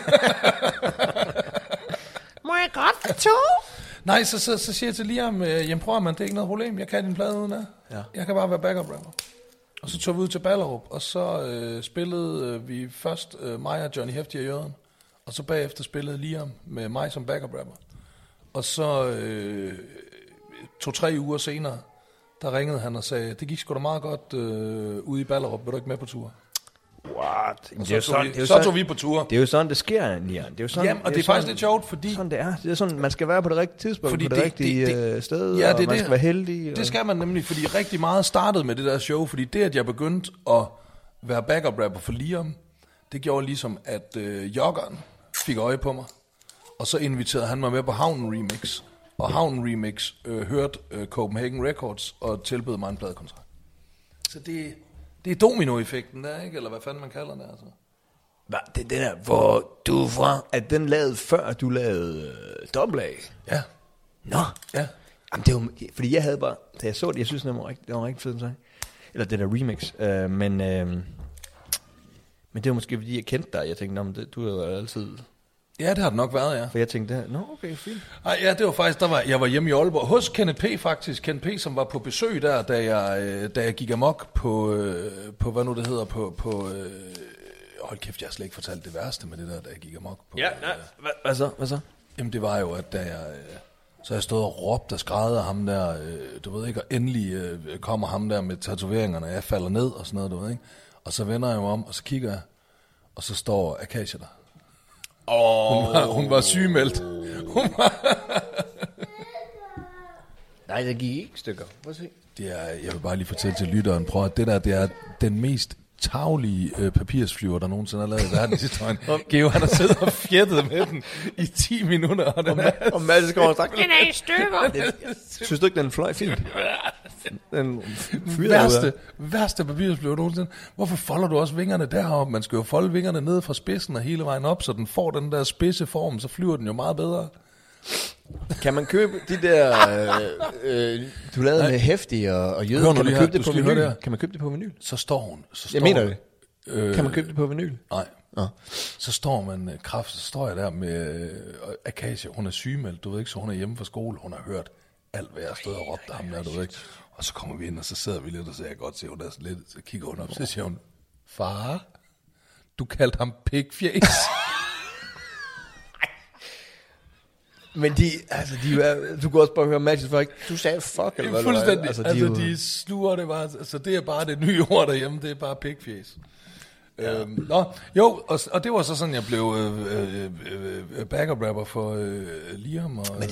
Må jeg godt få 2? Nej, så siger jeg til Liam, jamen prøv, man, det er ikke noget problem. Jeg kan din plade uden af. Ja. Jeg kan bare være backup rapper. Og så tog vi ud til Ballerup, og så spillede vi først mig og Johnny Hefti og Jørgen. Og så bagefter spillede Liam med mig som backup rapper. Og så 2-3 uger senere, der ringede han og sagde, det gik sgu da meget godt ude i Ballerup, vil du ikke med på tur? What? Så tog vi på tur. Det er jo sådan, det sker, Nian. Det er jo sådan, Jamen, og det er faktisk lidt sjovt, fordi... Sådan det er. Det er sådan, man skal være på det rigtige tidspunkt, fordi på det rigtige sted, ja, og man skal være heldig. Det skal man nemlig, fordi rigtig meget startede med det der show, fordi det, at jeg begyndte at være backup rapper for Liam, det gjorde ligesom, at Joggeren fik øje på mig, og så inviterede han mig med på Havnen Remix, og Havnen Remix hørte Copenhagen Records og tilbød mig en pladekontrakt. Så det er dominoeffekten der, ikke? Eller hvad fanden man kalder det, altså. Hvad? Det er den der, hvor du er fra, at den lavede før du lavede Double A. Ja. Nå. Ja. Jamen, det var, fordi jeg havde bare, da jeg så det, jeg synes, det var rigtig fedt, sang. Eller det der remix. Men det var måske, fordi jeg kendte dig. Jeg tænkte, du er jo altid... Ja, det har det nok været, ja. For jeg tænkte, okay, fint. Ej, ja, det var faktisk, jeg var hjemme i Aalborg, hos Kenneth P. faktisk. Kenneth P., som var på besøg der, da jeg gik amok på hvad nu det hedder, hold kæft, jeg har slet ikke fortalt det værste med det der, da jeg gik amok på. Ja, nej, hvad så? Jamen, det var jo, at så jeg stod og råbte og skrædede ham der, du ved ikke, og endelig kommer ham der med tatoveringerne, og jeg falder ned og sådan noget, du ved ikke. Og så vender jeg mig om, og så kigger jeg, og så står Akasia der. Hun var sygemeldt. Nej, der gik ikke stykker. Prøv at se. Jeg vil bare lige fortælle til lytteren, prøv at det er den mest tarvelige papirsflyver, der nogensinde har lavet i verdenshistorien. Geo, han har siddet og fjettet med den i 10 minutter, og den er... Og Mads kommer og sagt, Den er i stykker. synes du ikke, den fløj fint? Den værste papirsflyver nogensinde. Hvorfor folder du også vingerne deroppe? Man skal jo folde vingerne ned fra spidsen og hele vejen op, så den får den der spidse form, så flyver den jo meget bedre. Kan man købe de der, du lavede med Hefti og Jøde, kan man købe det på vinyl? Kan man købe det på vinyl? Så står hun. Jeg mener det. Kan man købe det på vinyl? Nej. Så står jeg der med Akasia, hun er sygemeldt, du ved ikke, så hun er hjemme fra skole, hun har hørt alt, hvad jeg har stået og råbt af ham der, du ved ikke. Og så kommer vi ind, og så sidder vi lidt, og så jeg godt se, hun er sådan lidt, så kigger hun op, så siger hun, far, du kaldte ham pigfjæs. Men du kan også bare høre matches for, ikke? Du sagde fuck, eller hvad? Fuldstændig, de sluger det bare, altså det er bare det nye ord derhjemme, det er bare pigfjæs. Ja. Og det var så sådan, jeg blev backup rapper for Liam. Men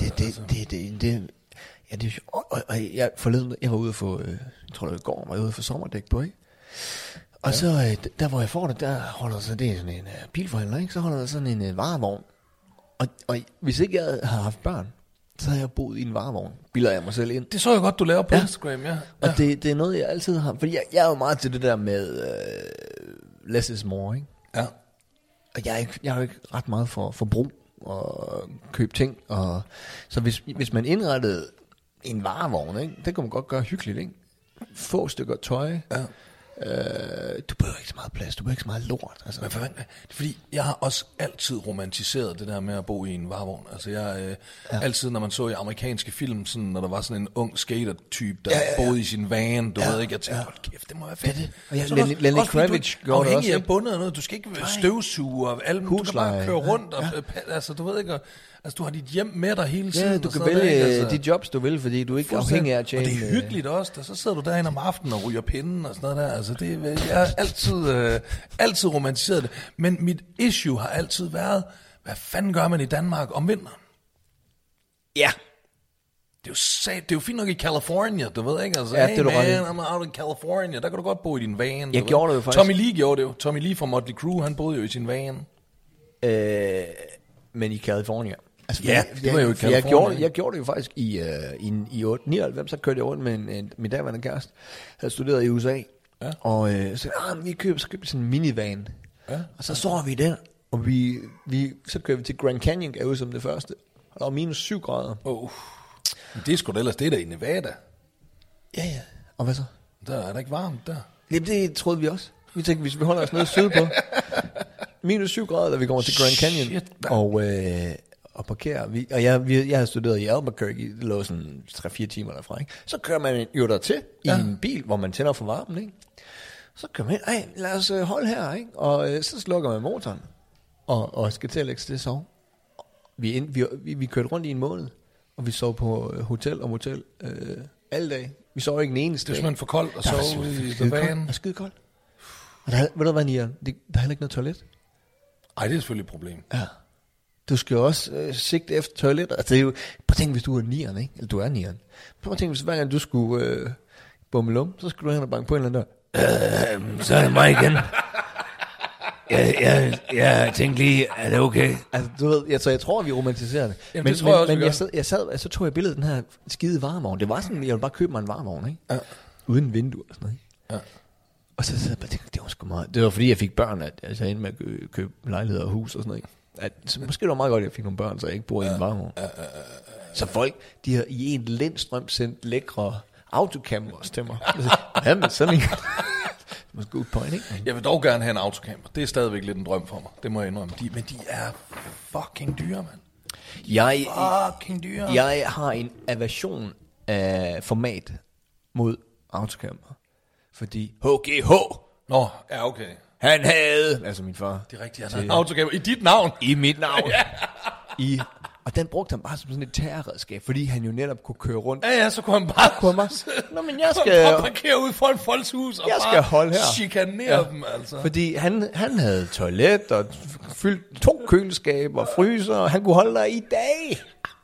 det jeg forleden, jeg var ude for, jeg tror det var i går, var jeg ude for sommerdæk på, ikke? Og så, der hvor jeg får det, der holder så, det er sådan en bilforhandler, ikke? Så holder der sådan en varevogn. Og hvis ikke jeg havde haft børn, så havde jeg boet i en varevogn, bilder jeg mig selv ind. Det så jeg godt, du laver på Instagram, ja. Og det er noget, jeg altid har, fordi jeg er jo meget til det der med less is more, ikke? Ja. Og jeg er jo ikke ret meget for forbrug og købe ting. Og så hvis man indrettede en varevogn, ikke? Det kunne man godt gøre hyggeligt, ikke? Få stykker tøj. Ja. Du behøver ikke så meget plads, du behøver ikke så meget lort. Altså. Men fordi jeg har også altid romantiseret det der med at bo i en varevogn. Altså jeg altid, når man så i amerikanske film, sådan, når der var sådan en ung skater-type, der boede i sin van, du ved ikke, jeg tænkte, hold kæft, det må være fedt. Og Lenny Kravitz gjorde det også. Afhængig af bundet af noget, du skal ikke støvsuge og alt, du kan bare køre rundt, og, altså du ved ikke, altså du har dit hjem med dig hele tiden. Ja, du kan vælge de jobs, du vil, fordi du er ikke afhængig af at tjene. Og det er hyggeligt også, og så sidder du derinde om aftenen og ryger pinden og sådan noget der. Altså jeg har altid romantiseret det. Men mit issue har altid været, hvad fanden gør man i Danmark om vinteren? Ja. Det er jo fint nok i California, du ved ikke? Altså, ja, hey det man, I'm out in California, der kan du godt bo i din van. Jeg gjorde det jo faktisk. Tommy Lee gjorde det jo. Tommy Lee fra Motley Crue, han boede jo i sin van. Men i California. Altså, ja, det var jo i California. Jeg gjorde det jo faktisk i 99, så kørte jeg rundt med min daværende kæreste. Jeg havde studeret i USA. Ja. Og så købte sådan en minivan. Ja. Og så så vi den. Og så kørte vi til Grand Canyon ud som det første. Og der var minus 7 grader. Det er sgu da ellers det der i Nevada. Ja. Og hvad så? Der er der ikke varmt der. Jamen det troede vi også. Vi tænkte, hvis vi holder os noget sydpå. Minus 7 grader, da vi kommer til Grand Canyon. Og parkerer. Og jeg havde studeret i Albuquerque. Det lå sådan 3-4 timer derfra. Ikke? Så kører man jo dertil i en bil, hvor man tænder for varmen. Ikke? Så kører man ind. Lad os holde her. Ikke? Og så slukker man motoren. Og skal til at lægge til at sove. Vi kørte rundt i en måned. Og vi sov på hotel og motel alle dage. Vi sov ikke en eneste dag. Det er simpelthen for koldt at sove i banen. Det er skide koldt. Og ved du hvad, Nian? Der er heller ikke noget toilet. Ej, det er selvfølgelig et problem. Ja. Du skal jo også sigte efter toiletter. Altså, det er jo, prøv at tænke, hvis du er nieren, ikke? Eller du er nieren. Prøv at tænke, hvis hver gang du skulle bummelum, så skulle du hen og banke på en eller anden der. Så er det mig igen. Jeg tænkte lige, er det okay? Altså, du ved, jeg tror, vi romantiserer det. Jamen, men det tror jeg også, men så tog jeg billedet af den her skide varevogn. Det var sådan, jeg ville bare købe mig en varevogn, ikke? Ja. Uden vindue og sådan noget, ikke? Ja. Og så sad jeg bare, det var sgu meget. Det var fordi, jeg fik børn, at jeg endte med at købe lejligheder og hus og sådan noget, ikke? Så måske det var meget godt, at jeg fik nogle børn, så jeg ikke bor i en varevogn. Så folk, de har i en lindstrøm sendt lækre autocampers til mig. Ja, men sådan en... Good point, ikke? Jeg vil dog gerne have en autocamper. Det er stadigvæk lidt en drøm for mig. Det må jeg indrømme. Men de er fucking dyre, mand. Jeg har en aversion af format mod autocamper. Fordi HGH. Nå, ja, okay. Han havde, altså min far. Det er rigtigt, han havde autocamper i dit navn. I mit navn. Og den brugte han bare som sådan et terrorredskab, fordi han jo netop kunne køre rundt. Ja, så kunne han bare... Nå, men jeg skal... parkere ud for en folks hus, og jeg skal holde her. Chikanere dem, altså. Fordi han havde toilet, og fyldt 2 køleskaber og fryser, og han kunne holde der i dag.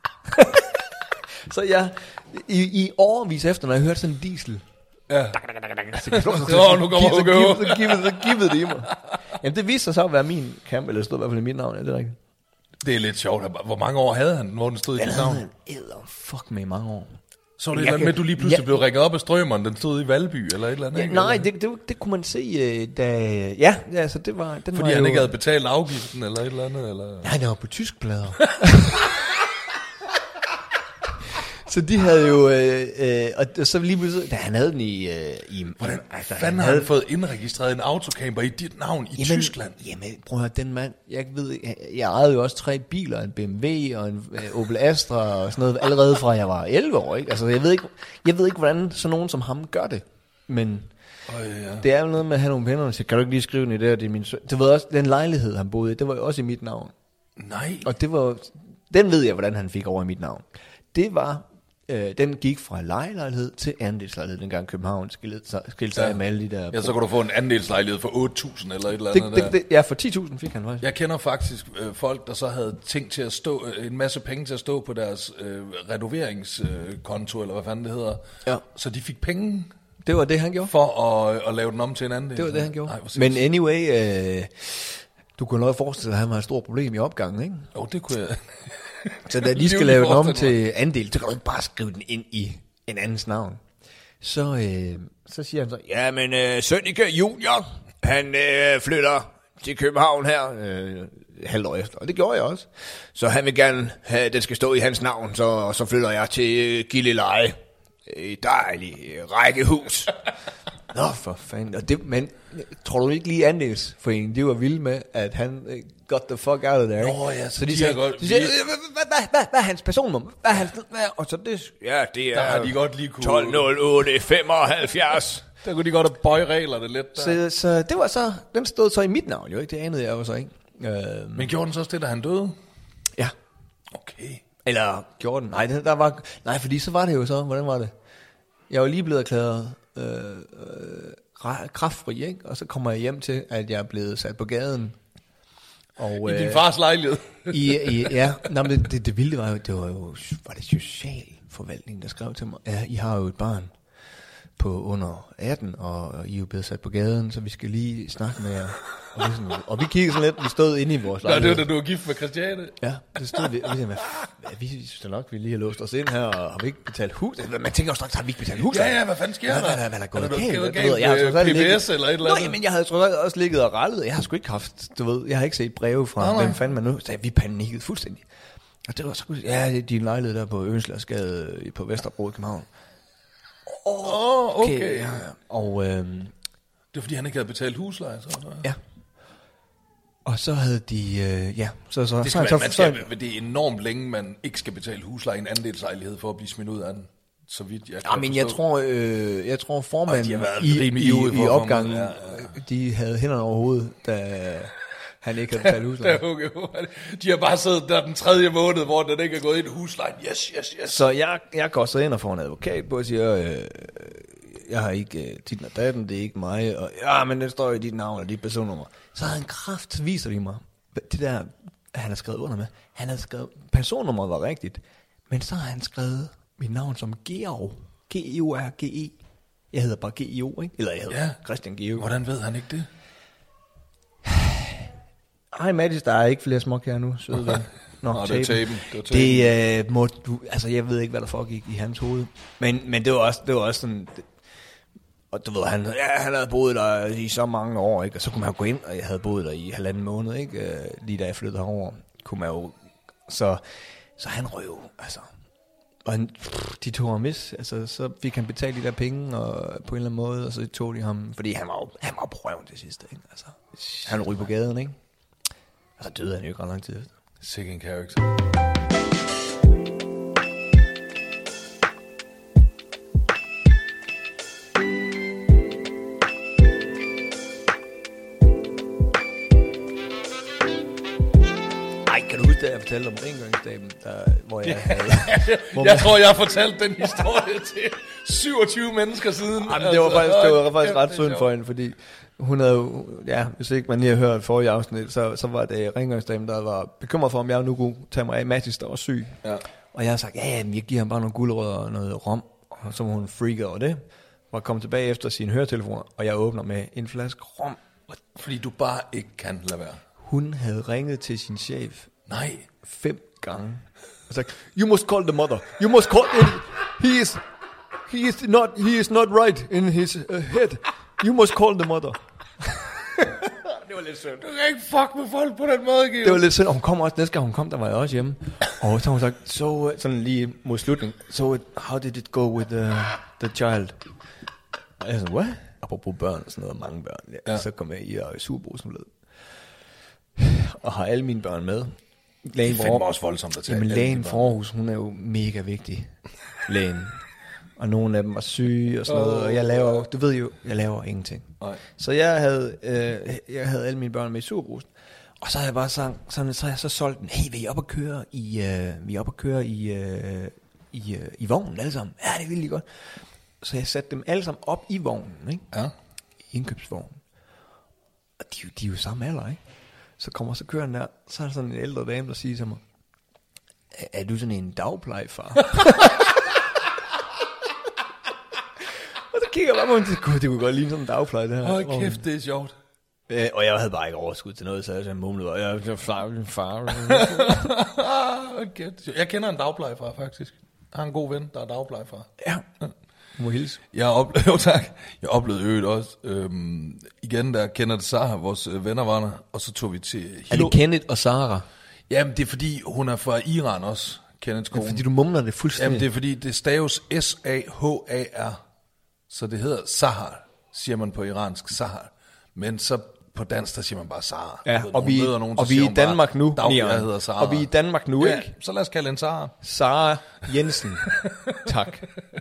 Så jeg... I årevis efter, når jeg hørte sådan en diesel... Ja. Nu kommer så givet det i mig. Jamen, det viste sig så at være min camp, eller det stod i hvert fald i mit navn, er det rigtigt? Det er lidt sjovt. Hvor mange år havde han, hvor den stod i dit navn? Fuck med mange år. Så var det et eller andet med, at du lige pludselig blev ringet op af strømmeren, den stod i Valby, eller et eller andet? Ja, nej, det kunne man se, da... Ja, altså det var... Den fordi var han jo... ikke havde betalt afgiften, eller et eller andet? Eller? Nej, det var på tysk plader. Så de havde jo, og så lige pludselig, da han havde den Hvordan fanden har han fået indregistreret en autocamper i dit navn i Tyskland? Jamen, prøv at høre, den mand, jeg ejede jo også 3 biler, en BMW og en Opel Astra og sådan noget, allerede fra jeg var 11 år, ikke? Altså, jeg ved ikke, hvordan sådan nogen som ham gør det, men det er jo noget med at have nogle penge, så kan du ikke lige skrive den i det, og det er min søn. Det var også den lejlighed, han boede i, det var jo også i mit navn. Nej. Og det var, den ved jeg, hvordan han fik over i mit navn. Det var, den gik fra lejelejlighed til andelslejlighed, dengang København skilte sig med alle de der... Ja, så kunne du få en andelslejlighed for 8.000 eller et eller andet ja, for 10.000 fik han faktisk. Jeg kender faktisk folk, der så havde tænkt til at stå, en masse penge til at stå på deres renoveringskonto, eller hvad fanden det hedder. Ja. Så de fik penge... Det var det, han gjorde. For at lave den om til en andel. Det var det, han gjorde. Men anyway, du kunne nok forestille dig, at han var et stort problem i opgangen, ikke? Jo, det kunne jeg. Så da de skal lave den om til andel, så kan du ikke bare skrive den ind i en andens navn. Så siger han så, ja, men Sønneke Junior, han flytter til København her halvt år efter. Og det gjorde jeg også. Så han vil gerne have, at den skal stå i hans navn, så flytter jeg til Gilleleje. Et dejligt rækkehus. Nå, for fanden. Men tror du ikke lige andelsforeningen, de var vilde med, at han got the fuck out of there? Nå ja, så de sagde, godt. Hvad er hans personnummer? Og så det, ja, det er... Der har de godt lige kunne... 120875. Der kunne de godt have bøje reglerne lidt. Så det var så... Den stod så i mit navn, jo ikke? Det anede jeg jo så ikke. Men gjorde den så også det, da han døde? Ja. Okay. Eller gjorde den? Nej, fordi så var det jo så... Hvordan var det? Jeg var lige blevet erklæret... kraftfri, ikke? Og så kommer jeg hjem til, at jeg er blevet sat på gaden. Og, I din fars lejlighed? Ja, nej, men det vilde var jo, var det socialforvaltningen, der skrev til mig, ja, I har jo et barn på under 18, og I er jo blevet sat på gaden, så vi skal lige snakke med jer. Og vi kiggede sådan lidt, vi stod inde i vores lejlighed. Det var da du var gift med Christiane. Ja, det stod vi, og vi synes da nok, vi lige har låst os ind her, og har vi ikke betalt hus? Man tænker jo straks, har vi ikke betalt hus? Ja, hvad fanden sker der? Hvad er gået galt med PBS eller et eller andet? Nå, men jeg havde også ligget og rettet. Jeg har sgu ikke haft, du ved, jeg har ikke set breve fra, hvem fanden man nu. Så vi panikkede fuldstændig. Og det var så, ja, det er din lejlighed der på Ønslersgade på Vesterbro i København. Okay. Ja. Og det var fordi han ikke havde betalt husleje, så. Ja. Og så havde de, så det er enormt længe, man ikke skal betale husleje i en andelslejlighed for at blive smidt ud af den. Så vidt jeg kan forstå. Men jeg tror formanden i opgangen, de havde hænderne over hovedet, da han ikke havde betalt husleje. De har bare siddet der den 3. måned, hvor den ikke er gået ind i huslejen. Yes. Så jeg går så ind og får en advokat på og siger, jeg har ikke titlen og daten, det er ikke mig, og ja, men det står i dit navn og dit personnummer. Så havde han kraft, viser de mig, det der, han har skrevet under med. Han havde skrevet, personnummeret var rigtigt, men så har han skrevet mit navn som Georg. G-E-O-R-G-E. Jeg hedder bare G-E-O, ikke? Eller jeg hedder Christian Georg. Hvordan ved han ikke det? Hej Mattis, der er ikke flere småk her nu, søde ven. Nå, det er tapen. Det må du, altså jeg ved ikke, hvad der foregik i hans hoved. Men det var også sådan... Og du ved, han havde boet der i så mange år, ikke? Og så kunne man jo gå ind, og jeg havde boet der i 1,5 måned, ikke? Lige da jeg flyttede herover, kunne man jo... Så han røg jo, altså... Og de tog ham mis, altså så fik han betalt de der penge, og på en eller anden måde, og så tog de ham... Fordi han var på røven til sidste, ikke? Altså, han ryg på gaden, ikke? Og så døde han jo ikke ret lang tid efter. Sick in character. Da jeg fortalte om rengøringsdagen, hvor jeg havde... jeg tror, jeg har fortalt den historie til 27 mennesker siden. Jamen, det var faktisk ret synd for hende, fordi hun havde jo... Ja, hvis ikke man lige har hørt forrige afsnit, så var det rengøringsdagen, der var bekymret for, om jeg nu kunne tage mig af. Mattis, der var syg. Ja. Og jeg har sagt, jeg giver ham bare nogle gulerødder og noget rom, og så var hun freaker over det. Og kom tilbage efter sine høretelefoner, og jeg åbner med en flaske rom. Fordi du bare ikke kan lade være. Hun havde ringet til sin chef. Nej. 5 gange. Og sagt, you must call the mother. You must call him. He is not right in his head. You must call the mother. Det var lidt synd. Du kan ikke fuck med folk på den måde, Geo. Det var lidt synd. Og hun kom også, næste gang hun kom, der var jeg også hjemme. Og så har hun sagt, sådan lige mod slutningen, how did it go with the child? Og jeg sådan, what? Apropos børn og sådan noget, mange børn. Ja. Så kom jeg i og superbrugsomled. Og har alle mine børn med. Lægen det er også voldsomt at tage. Jamen lægen for Aarhus, hun er jo mega vigtig. Lægen. Og nogle af dem var syge og sådan noget. Og jeg laver, du ved jo, jeg laver ingenting. Nej. Så jeg havde alle mine børn med i superbrusen. Og så havde jeg bare sagt, så har jeg så solgt den. Hey, vil I op og køre i vognen alle sammen? Ja, det ville de godt. Så jeg satte dem alle sammen op i vognen, ikke? Ja. Indkøbsvognen. Og de er jo samme alder, ikke? Så kører den der, så er der sådan en ældre dame, der siger til mig, er du sådan en dagplejefar? Og så kigger jeg bare på hende, det kunne godt ligne sådan en dagpleje, det her. Hold kæft, det er sjovt. Og jeg havde bare ikke overskud til noget, så jeg mumlede, og jeg er far. Okay. Jeg kender en dagplejefar, faktisk. Jeg har en god ven, der er dagplejefar. Ja. Må hilse. Jeg oplevede øvrigt også, igen der kender det Sara, vores venner var der, og så tog vi til Hilo. Er det Kenneth og Sara? Jamen det er fordi, hun er fra Iran også, Kenneths kone. Ja, fordi du mumler det fuldstændig. Jamen det er fordi, det staves S-A-H-A-R, så det hedder Sahar, siger man på iransk, Sahar. Men så på dansk, der siger man bare Sara. Ja, og vi er i Danmark nu. Jeg hedder Sara. Og vi er i Danmark nu, ja, ikke? Så lad os kalde en Sara. Sara Jensen. Tak.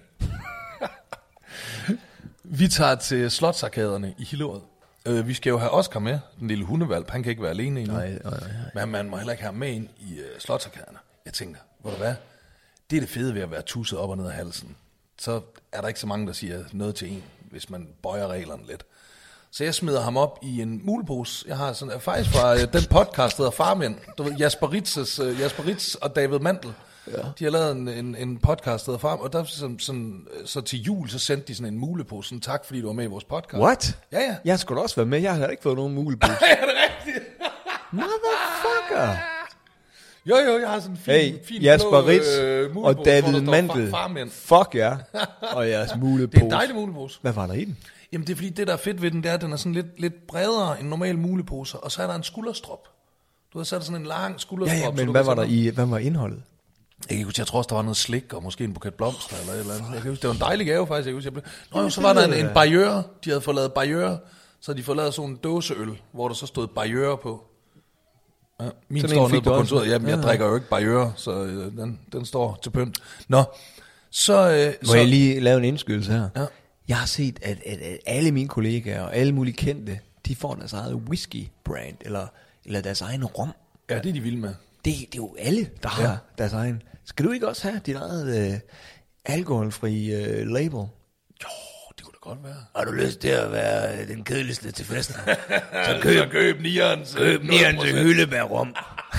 Vi tager til Slotsarkaderne i Hillerød. Vi skal jo have Oscar med, den lille hundevalp. Han kan ikke være alene endnu. Nej. Men man må heller ikke have med ind i Slotsarkaderne. Jeg tænker, ved du hvad? Det er det fede ved at være tusset op og ned af halsen. Så er der ikke så mange, der siger noget til en, hvis man bøjer reglerne lidt. Så jeg smider ham op i en mulepose. Jeg har sådan, faktisk fra den podcast, der hedder Farmænd. Du ved, Jasper Ritz og David Mandel. Ja. De har lavet en podcast, der hedder Farmænd. Og der så til jul, så sendte de sådan en mulepose. Sådan, tak, fordi du var med i vores podcast. What? Ja. Jeg skulle da også være med. Jeg har ikke fået nogen mulepose. Er det rigtigt? Motherfucker. Jo, jeg har sådan en fin Jasper Ritz og David Mandel. Fuck ja. Og jeres mulepose. Det er en dejlig mulepose. Hvad var der i den? Jamen det er fordi, det der er fedt ved den, det er, at den er sådan lidt bredere end normal mulepose, og så er der en skulderstrop. Du har sat sådan en lang skulderstrop. Ja, men hvad var der i? Hvad var indholdet? Jeg tror også, der var noget slik, og måske en buket blomster, eller et eller andet. Jeg kan huske, det var en dejlig gave, faktisk. Så var der en barriere. De havde fået lavet barriere, så de fået lavet sådan en dåseøl, hvor der så stod barriere på. Ja, min står nede på kontoret. Jamen, jeg drikker jo ikke barriere, så den står til pynt. Nå, så... Må jeg lige lave en indskydelse her? Ja. Jeg har set, at alle mine kollegaer og alle mulige kendte, de får deres eget whisky-brand, eller deres egen rom. Ja, det er de vilde med. Det er jo alle, der har deres egen. Skal du ikke også have dit eget alkoholfri label? Jo, det kunne da godt være. Har du lyst til at være den kedeligste til festen? Så køb Nierens hyldebærrum.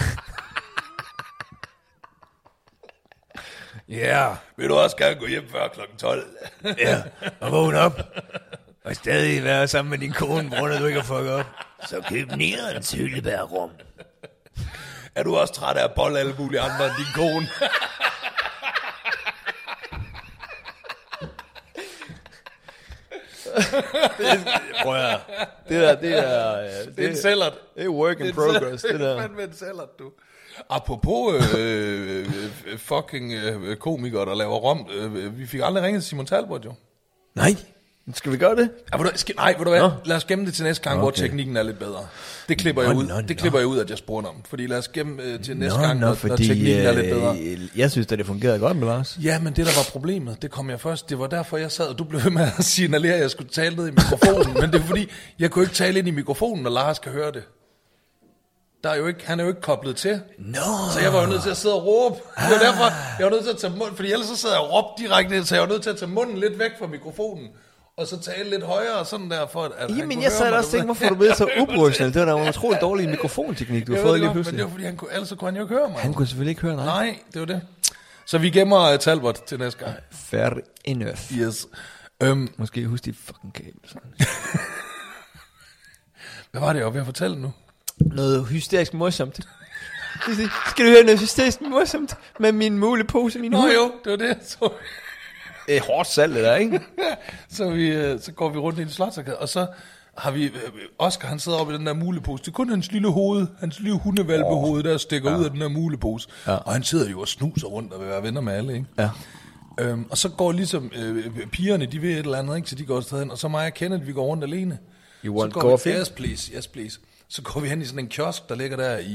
Ja. Vil du også gerne gå hjem før kl. 12? Ja, og vågne op. Og stadig være sammen med din kone, på grund af, du ikke har fucket op. Så køb Nierens hyldebærrum. Er du også træt af at bolle alle mulige andre end din kone? Prøv at det er det er en sælgert. Det er work in progress, det der. Det er fandme en sælgert, du. Apropos fucking komikere, der laver rom. Vi fik aldrig ringet til Simon Talbot, jo. Nej. Skal vi gøre det? Ja, ved du hvad? Lad os gemme det til næste gang, hvor teknikken er lidt bedre. Det klipper jeg ud. Det klipper jeg ud, at jeg spurgte om. Fordi lad os gemme til næste gang, når teknikken er lidt bedre. Jeg synes, at det fungerede godt med Lars. Ja, men det der var problemet, det kom jeg først. Det var derfor, jeg sad, og du blev ved med at signalere, at jeg skulle tale ned i mikrofonen. Men det er fordi, jeg kunne ikke tale ind i mikrofonen, når Lars kan høre det. Han er jo ikke koblet til. Så jeg var jo nødt til at sidde og råbe. Det var derfor, jeg var nødt til at tage munden, fordi ellers så sad jeg og råbte direkte, så jeg var nødt til at tage munden lidt væk fra mikrofonen. Og så tale lidt højere, sådan der, for at jamen, jeg sad også og tænkte, hvorfor du blevet så uprofessionel? Det var da en utrolig dårlig mikrofonteknik, du har fået lige pludselig. Men det var fordi, ellers kunne han jo ikke høre mig. Han kunne selvfølgelig ikke høre dig. Nej, det var det. Så vi gemmer Talbot til næste gang. Fair enough. Yes. Måske husk de fucking kabel. Hvad var det, jeg var ved at fortælle nu? Noget hysterisk morsomt. Skal du høre noget hysterisk morsomt med min mulepose, min hund? Jo, det var det. Så... Det er hårdt salg, det der, ikke? Så går vi rundt i en slotsarkade, og så har vi, Oscar han sidder oppe i den der mulepose. Det er kun hans lille hoved, hans lille hundevalpehoved, der stikker ud af den der mulepose. Ja. Og han sidder jo og snuser rundt og vil være venner med alle, ikke? Ja. Og så går ligesom pigerne, de ved et eller andet, ikke? Så de går et sted hen. Og så mig og Kenneth, vi går rundt alene. You want coffee? Yes please. Så går vi hen i sådan en kiosk, der ligger der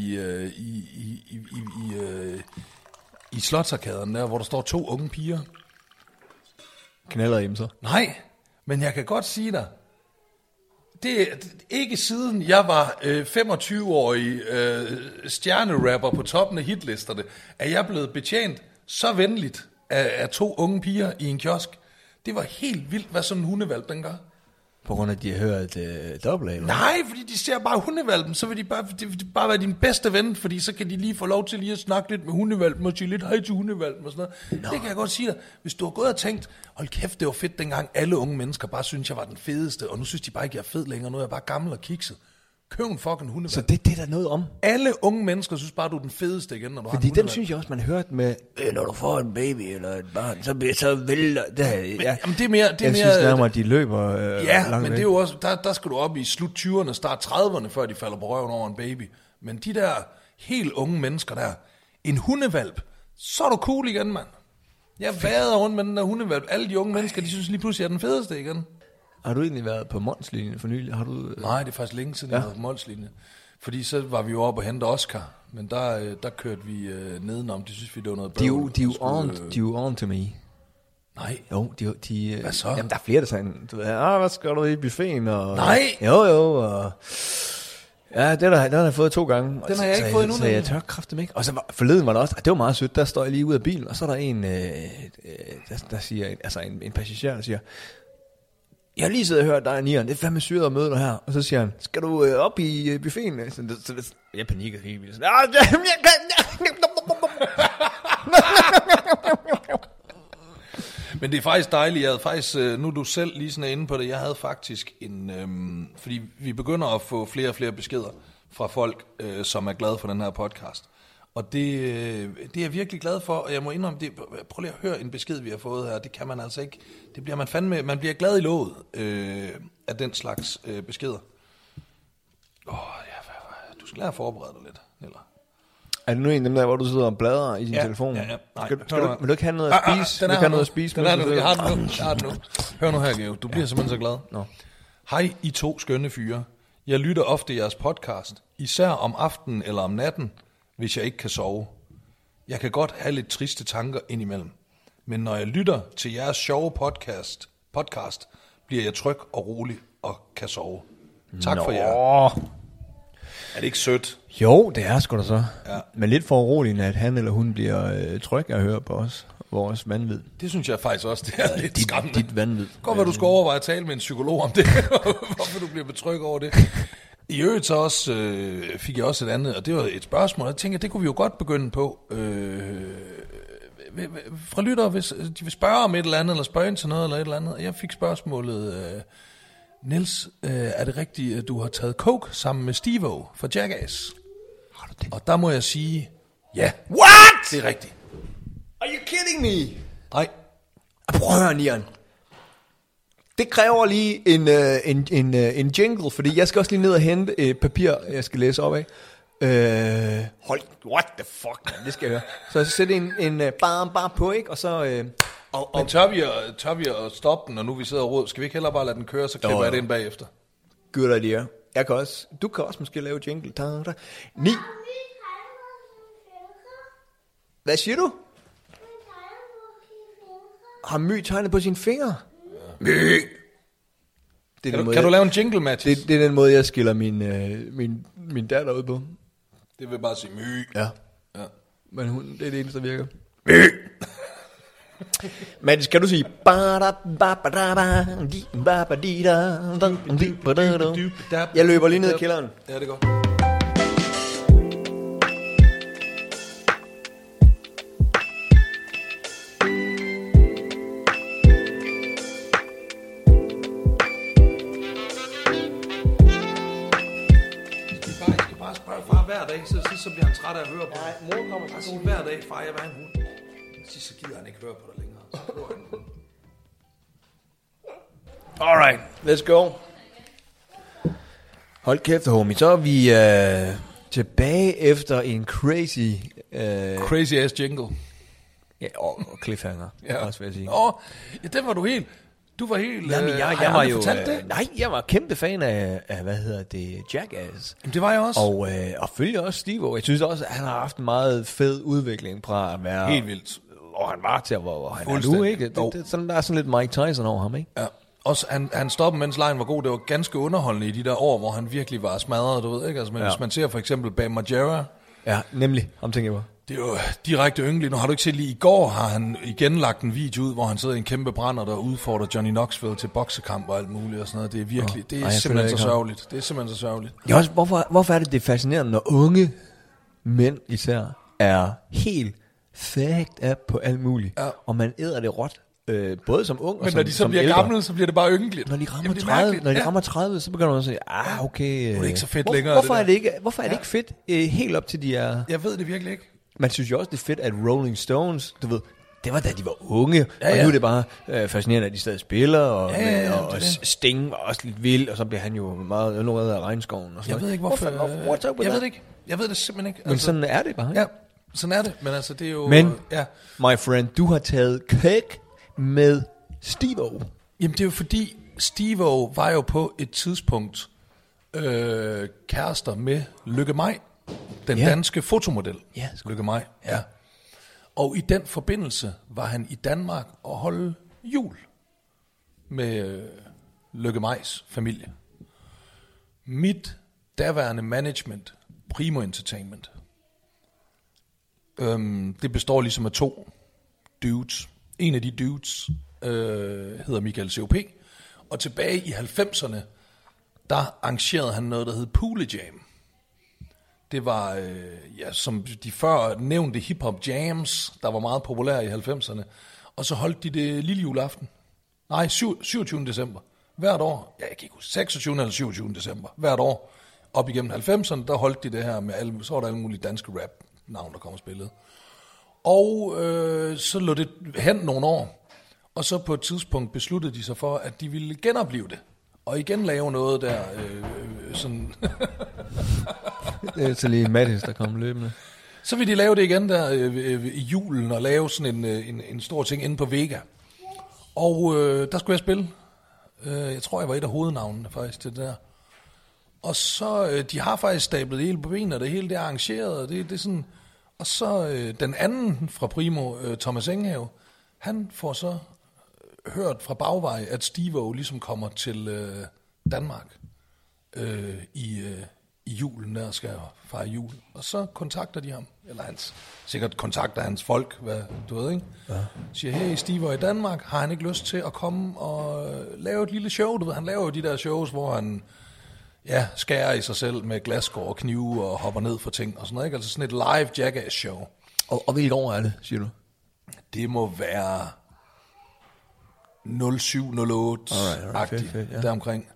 i Slotsarkaden der, hvor der står 2 unge piger. Knalder I dem så? Nej, men jeg kan godt sige dig, det er ikke siden jeg var 25-årig stjernerapper på toppen af hitlisterne, at jeg blev betjent så venligt af 2 unge piger i en kiosk. Det var helt vildt, hvad sådan en hundevalp den gør. På grund af, at de har hørt dobbelt eller? Nej, fordi de ser bare hundevalpen, så vil de bare være din bedste ven, fordi så kan de lige få lov til lige at snakke lidt med hundevalpen, og sige lidt hej til hundevalpen og sådan noget. No. Det kan jeg godt sige dig. Hvis du har gået og tænkt, hold kæft, det var fedt dengang alle unge mennesker bare synes jeg var den fedeste, og nu synes de bare ikke, jeg er fed længere, nu er jeg bare gammel og kikset. Køb en fucking hundevalp. Så det er der noget om? Alle unge mennesker synes bare, du er den fedeste igen, når du fordi har en den synes jeg også, man har hørt med, når du får en baby eller et barn, så vælger det. Jamen, det er mere... Jeg synes nærmere, at de løber ja, men det er jo også, der skal du op i slut 20'erne, start 30'erne, før de falder på røven over en baby. Men de der helt unge mennesker der, en hundevalp, så er du cool igen, mand. Jeg vader rundt med den der hundevalp. Alle de unge mennesker, de synes lige pludselig, jeg er den fedeste igen. Har du egentlig været på Måns-linjen for nylig? Har du, Nej, det er faktisk længe siden, jeg var på Måns-linjen. Fordi så var vi jo oppe og hente Oscar, men der kørte vi nedenom. Det synes vi, det var noget bøvl. De er jo on to me. Nej. Jo, de hvad så? Jamen, der er flere, der siger, hvad skal du i buffeten? Og, nej! Jo, og... Ja, den har jeg fået 2 gange. Den har jeg ikke fået endnu. Så jeg tør kraftedeme ikke. Og så forleden var der også, det var meget sødt, der står jeg lige ude af bilen, og så er der en, der siger, altså en passager, der siger, jeg har lige siddet og hørt dig, Nieren, det er fandme syret at møde dig her. Og så siger han, skal du op i buffeten? Så jeg panikkede helt vildt. Men det er faktisk dejligt. Jeg havde faktisk, nu er du selv lige sådan inde på det, jeg havde faktisk en, fordi vi begynder at få flere og flere beskeder fra folk, som er glade for den her podcast. Og det er jeg virkelig glad for, og jeg må indrømme, prøv lige at høre en besked, vi har fået her. Det kan man altså ikke. Det bliver man fandme, man bliver glad i låget af den slags beskeder. Du skal lære at forberede dig lidt, eller? Er det nu en af dem der, hvor du sidder og bladrer i din telefon? Ja. Nej, vil du ikke have noget at spise? Jeg har den nu. Hør nu her, Geo. Du bliver simpelthen så glad. No. Hej, I 2 skønne fyre. Jeg lytter ofte jeres podcast, især om aftenen eller om natten, hvis jeg ikke kan sove. Jeg kan godt have lidt triste tanker indimellem. Men når jeg lytter til jeres sjove podcast bliver jeg tryg og rolig og kan sove. Tak for jer. Er det ikke sødt? Jo, det er sgu da så. Ja. Men lidt for uroligende, at han eller hun bliver tryg at høre på os. Vores vanvid. Det synes jeg faktisk også, det er lidt skræmmende. Dit vanvid. Godt, hvad du skal overveje at tale med en psykolog om det. Hvorfor du bliver betrygget over det. I øvrigt så også, fik jeg også et andet, og det var et spørgsmål. Jeg tænker, det kunne vi jo godt begynde på. Fra lyttere, hvis de vil spørge om et eller andet, eller spørge ind til noget, eller et eller andet. Jeg fik spørgsmålet, Niels, er det rigtigt, at du har taget coke sammen med Steve-O fra Jackass? Har du det? Og der må jeg sige, ja. What? Det er rigtigt. Are you kidding me? Nej. Prøv at høre, Nieren. Det kræver lige en jingle, fordi jeg skal også lige ned og hente et papir, jeg skal læse op af. What the fuck, man, det skal jeg høre. Så jeg sætter en bare på, ikke? Og så... Men tør vi at stoppe den, og nu vi sidder og råd? Skal vi ikke hellere bare lade den køre, så klipper jeg det ind bagefter? Good idea. Du kan også måske lave jingle. Ni. Hvad siger du? Har My tegnet på sine fingre? My! Kan du lave en jingle, Mathis? Det er den måde, jeg skiller min datter ud på. Det vil bare sige My. Ja. Men det er det eneste, der virker. My! Men skal du sige jeg løber lige ned i kælderen. Ja, det er godt. Hver dag, så bliver han træt af at høre på. Nej, mor kommer til at hver dag, far, jeg vil have en hund. Så gider han ikke høre på dig længere. Alright, let's go. Hold kæft, homie. Så er vi tilbage efter en crazy... Crazy ass jingle. Ja, og cliffhanger, også vil jeg sige. Ja, den var du helt... Du var helt... Jamen, jeg var jo... jeg var kæmpe fan af Jackass. Jamen, det var jeg også. Og følger også Steve-O. Jeg synes også, at han har haft en meget fed udvikling fra at være... Helt vildt. Hvor han var til, hvor han er nu, ikke? Der er sådan lidt Mike Tyson over ham, ikke? Ja. Også han stoppede, mens lejen var god. Det var ganske underholdende i de der år, hvor han virkelig var smadret, du ved, ikke? Altså, hvis man ser for eksempel Bam Margera... Ja, nemlig. Ham tænker jeg på. Det er jo direkte ynkeligt. Nu har du ikke set lige i går, har han igen lagt en video ud, hvor han sidder i en kæmpe brænder, der udfordrer Johnny Knoxville til boksekamp og alt muligt og sådan noget. Det er virkelig, det er simpelthen så sørgeligt. Det er simpelthen så sørgeligt. Ja, også, hvorfor er det fascinerende, når unge mænd især er helt fucked up på alt muligt, og man æder det råt, både som ung og men som når de så bliver ældre. Gamle, så bliver det bare ynkeligt. Når de rammer 30, så begynder man at sige, okay. Det er ikke så fedt længere. Hvorfor er det ikke fedt helt op til de er... Jeg ved det virkelig ikke. Man synes jo også, det er fedt, at Rolling Stones, du ved, det var da de var unge, og nu er det bare fascinerende, at de stadig spiller, og Sting var også lidt vild, og så bliver han jo meget underredet af regnskoven. Og sådan jeg ved ikke, hvorfor. Jeg ved det ikke. Jeg ved det simpelthen ikke. Men sådan er det bare. Ja, sådan er det. Men altså, det er jo... Men, my friend, du har taget cake med Steve-O. Jamen, det er jo fordi, Steve-O var jo på et tidspunkt kærester med Lykke Maj, den danske fotomodel. Ja, Lykke Maj, ja. Og i den forbindelse var han i Danmark og holde jul med Lykke Majs familie. Mit daværende management, Primo Entertainment, det består ligesom af 2 dudes. En af de dudes hedder Michael C.O.P. Og tilbage i 90'erne, der arrangerede han noget, der hed Poole Jam. Det var, som de før nævnte hip-hop jams, der var meget populære i 90'erne. Og så holdt de det lille juleaften. Nej, 27. december. Hvert år, jeg kan ikke huske, 26. eller 27. december. Hvert år, op igennem 90'erne, der holdt de det her med så var der alle mulige danske rap-navn, der kom og spillede. Og så lå det hen nogle år, og så på et tidspunkt besluttede de sig for, at de ville genopleve det. Og igen lave noget der, sådan... Det er så lige Mattis, der kom løbende. Så vil de lave det igen der i julen, og lave sådan en stor ting inde på Vega. Og der skulle jeg spille. Jeg tror, jeg var et af hovednavnene faktisk til det der. Og så, de har faktisk stablet det hele på benene, og det hele det er arrangeret, og det er sådan... Og så den anden fra Primo, Thomas Enghave, han får så hørt fra bagvej, at Steve-O ligesom kommer til Danmark i julen, der skal fejre jul. Og så kontakter de ham, eller sikkert kontakter hans folk, hvad du ved, ikke? Ja. Siger, hey, Steve-O i Danmark, har han ikke lyst til at komme og lave et lille show? Du ved, han laver jo de der shows, hvor han skærer i sig selv med glasskår og knive og hopper ned for ting og sådan noget, ikke? Altså sådan et live Jackass show. Og hvilket år er det, siger du? Det må være 07-08-agtigt, deromkring.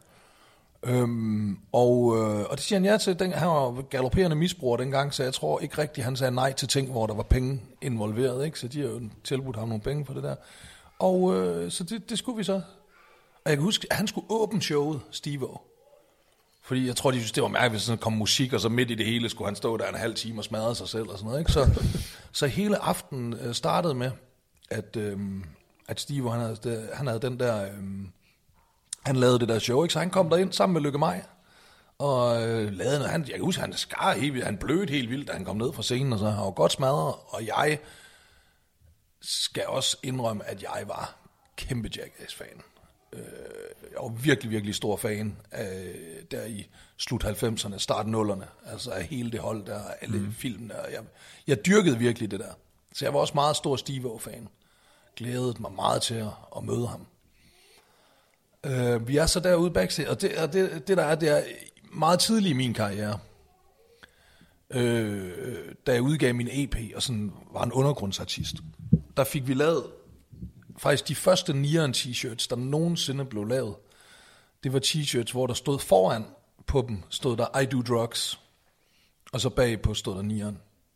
Og det siger han ja til. Han var galopperende misbruger dengang, så jeg tror ikke rigtigt, han sagde nej til ting, hvor der var penge involveret, ikke? Så de har jo tilbudt ham nogle penge for det der. Og så det skulle vi så. Og jeg kan huske, at han skulle åbne showet, Steve-O. Fordi jeg tror, de synes, det var mærkeligt, hvis der kom musik, og så midt i det hele skulle han stå der en halv time og smadre sig selv og sådan noget, ikke? Så hele aftenen startede med, at Steve, han havde den der... Han lavede det der show, ikke? Så han kom der ind sammen med Lykke Maj, og lavede noget. Jeg kan huske, han skar helt vildt, han blødte helt vildt, da han kom ned fra scenen, og så han var godt smadret, og jeg skal også indrømme, at jeg var kæmpe Jackass-fan. Jeg var virkelig, virkelig stor fan af, der i slut 90'erne, start 0'erne, altså af hele det hold der, alle filmene, og jeg dyrkede virkelig det der. Så jeg var også meget stor Steve-O-fan. Glædede mig meget til at møde ham. Vi er så derude backstage, og det der er, det er meget tidligt i min karriere, da jeg udgav min EP, og sådan var en undergrundsartist, der fik vi lavet faktisk de første Nieren t-shirts, der nogensinde blev lavet. Det var t-shirts, hvor der stod foran på dem, stod der I do drugs, og så bagpå stod der Nieren.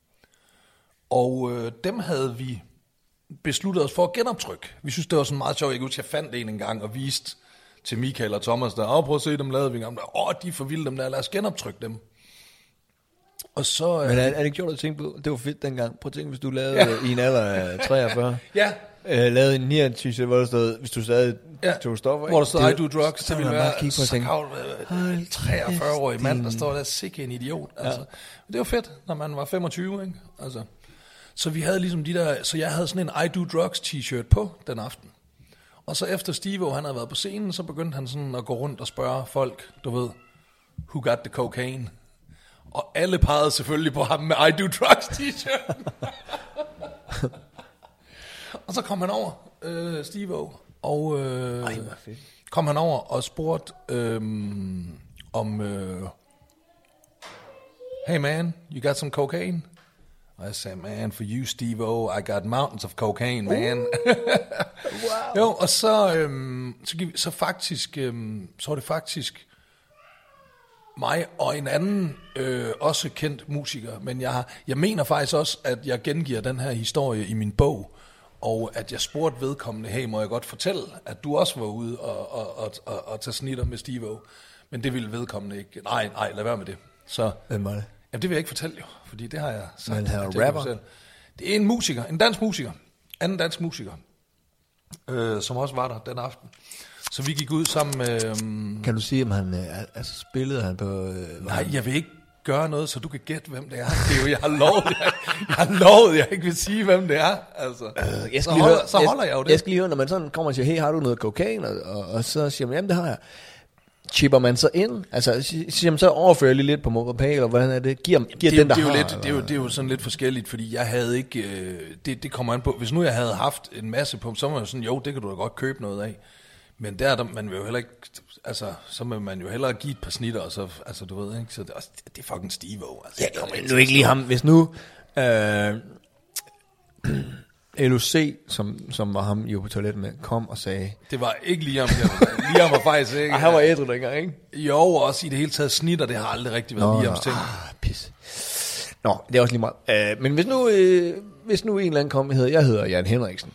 Og dem havde vi besluttet os for at genoptrykke. Vi synes, det var sådan meget sjovt. Jeg fandt en gang og viste til Michael og Thomas, der prøv at se dem lavede vi engang. De er for vilde dem der, lad os genoptrykke dem. Og så... Men er det ikke gjort at tænke på, det var fedt dengang. Prøv at tænke, hvis du lavede i en alder af 43. Ja. Lavede en 29, hvor der stod, hvis du stadig tog stoffer. Hvor der stod, I do drugs, så ville være så kavl 43-årig mand, der står der sikke en idiot. Altså. Det var fedt, når man var 25, ikke? Altså. Så vi havde ligesom de der, så jeg havde sådan en I do drugs t-shirt på den aften. Og så efter Steve, han havde været på scenen, så begyndte han sådan at gå rundt og spørge folk, du ved, who got the cocaine? Og alle pegede selvfølgelig på ham med I do drugs t-shirt. Og så kom han over, Steve, og kom han over og spurgte om, hey man, you got some cocaine? Og jeg sagde, man, for you, Steve, I got mountains of cocaine, man. Wow. Jo, og så var det faktisk mig og en anden, også kendt musiker, men jeg mener faktisk også, at jeg gengiver den her historie i min bog, og at jeg spurgte vedkommende, hey, må jeg godt fortælle, at du også var ude og tage snitter med Steve-O, men det ville vedkommende ikke. Nej, lad være med det. Så, hvem var det? Jamen, det vil jeg ikke fortælle jo, fordi det har jeg sagt. Men her rapper? Det er en musiker, en dansk musiker, anden dansk musiker, som også var der den aften. Så vi gik ud sammen med... Kan du sige, om han spillede han på... Nej, jeg vil ikke gøre noget, så du kan gætte, hvem det er. Det er jo, jeg har lovet, jeg ikke vil sige, hvem det er. Altså. Så holder jeg jo det. Jeg skal lige høre, når man sådan kommer og siger, hey, har du noget kokain? Og så siger man, jamen det har jeg. Chipper man så ind? Altså, siger man så overfører lige lidt på MobilePay, eller hvordan er det? Giver den, der har? Det er jo sådan lidt forskelligt, fordi jeg havde ikke... Det kommer an på... Hvis nu jeg havde haft en masse på, så var jeg sådan, jo, det kan du da godt købe noget af. Men man vil jo heller ikke, altså, så vil man jo hellere give et par snitter, og så, altså, du ved, ikke, så det er fucking Steve-O. Altså, ja, nu ikke lige ham, hvis nu, LOC, som var ham jo på toilettet med, kom og sagde... Det var ikke Liam, Liam var faktisk ikke... Han var ædru dengang, ikke? Jo, og også i det hele taget snitter, det har aldrig rigtig været Liams ting. Pis. Nå, det er også lige meget. Men hvis nu en eller anden kom, jeg hedder Jan Henriksen.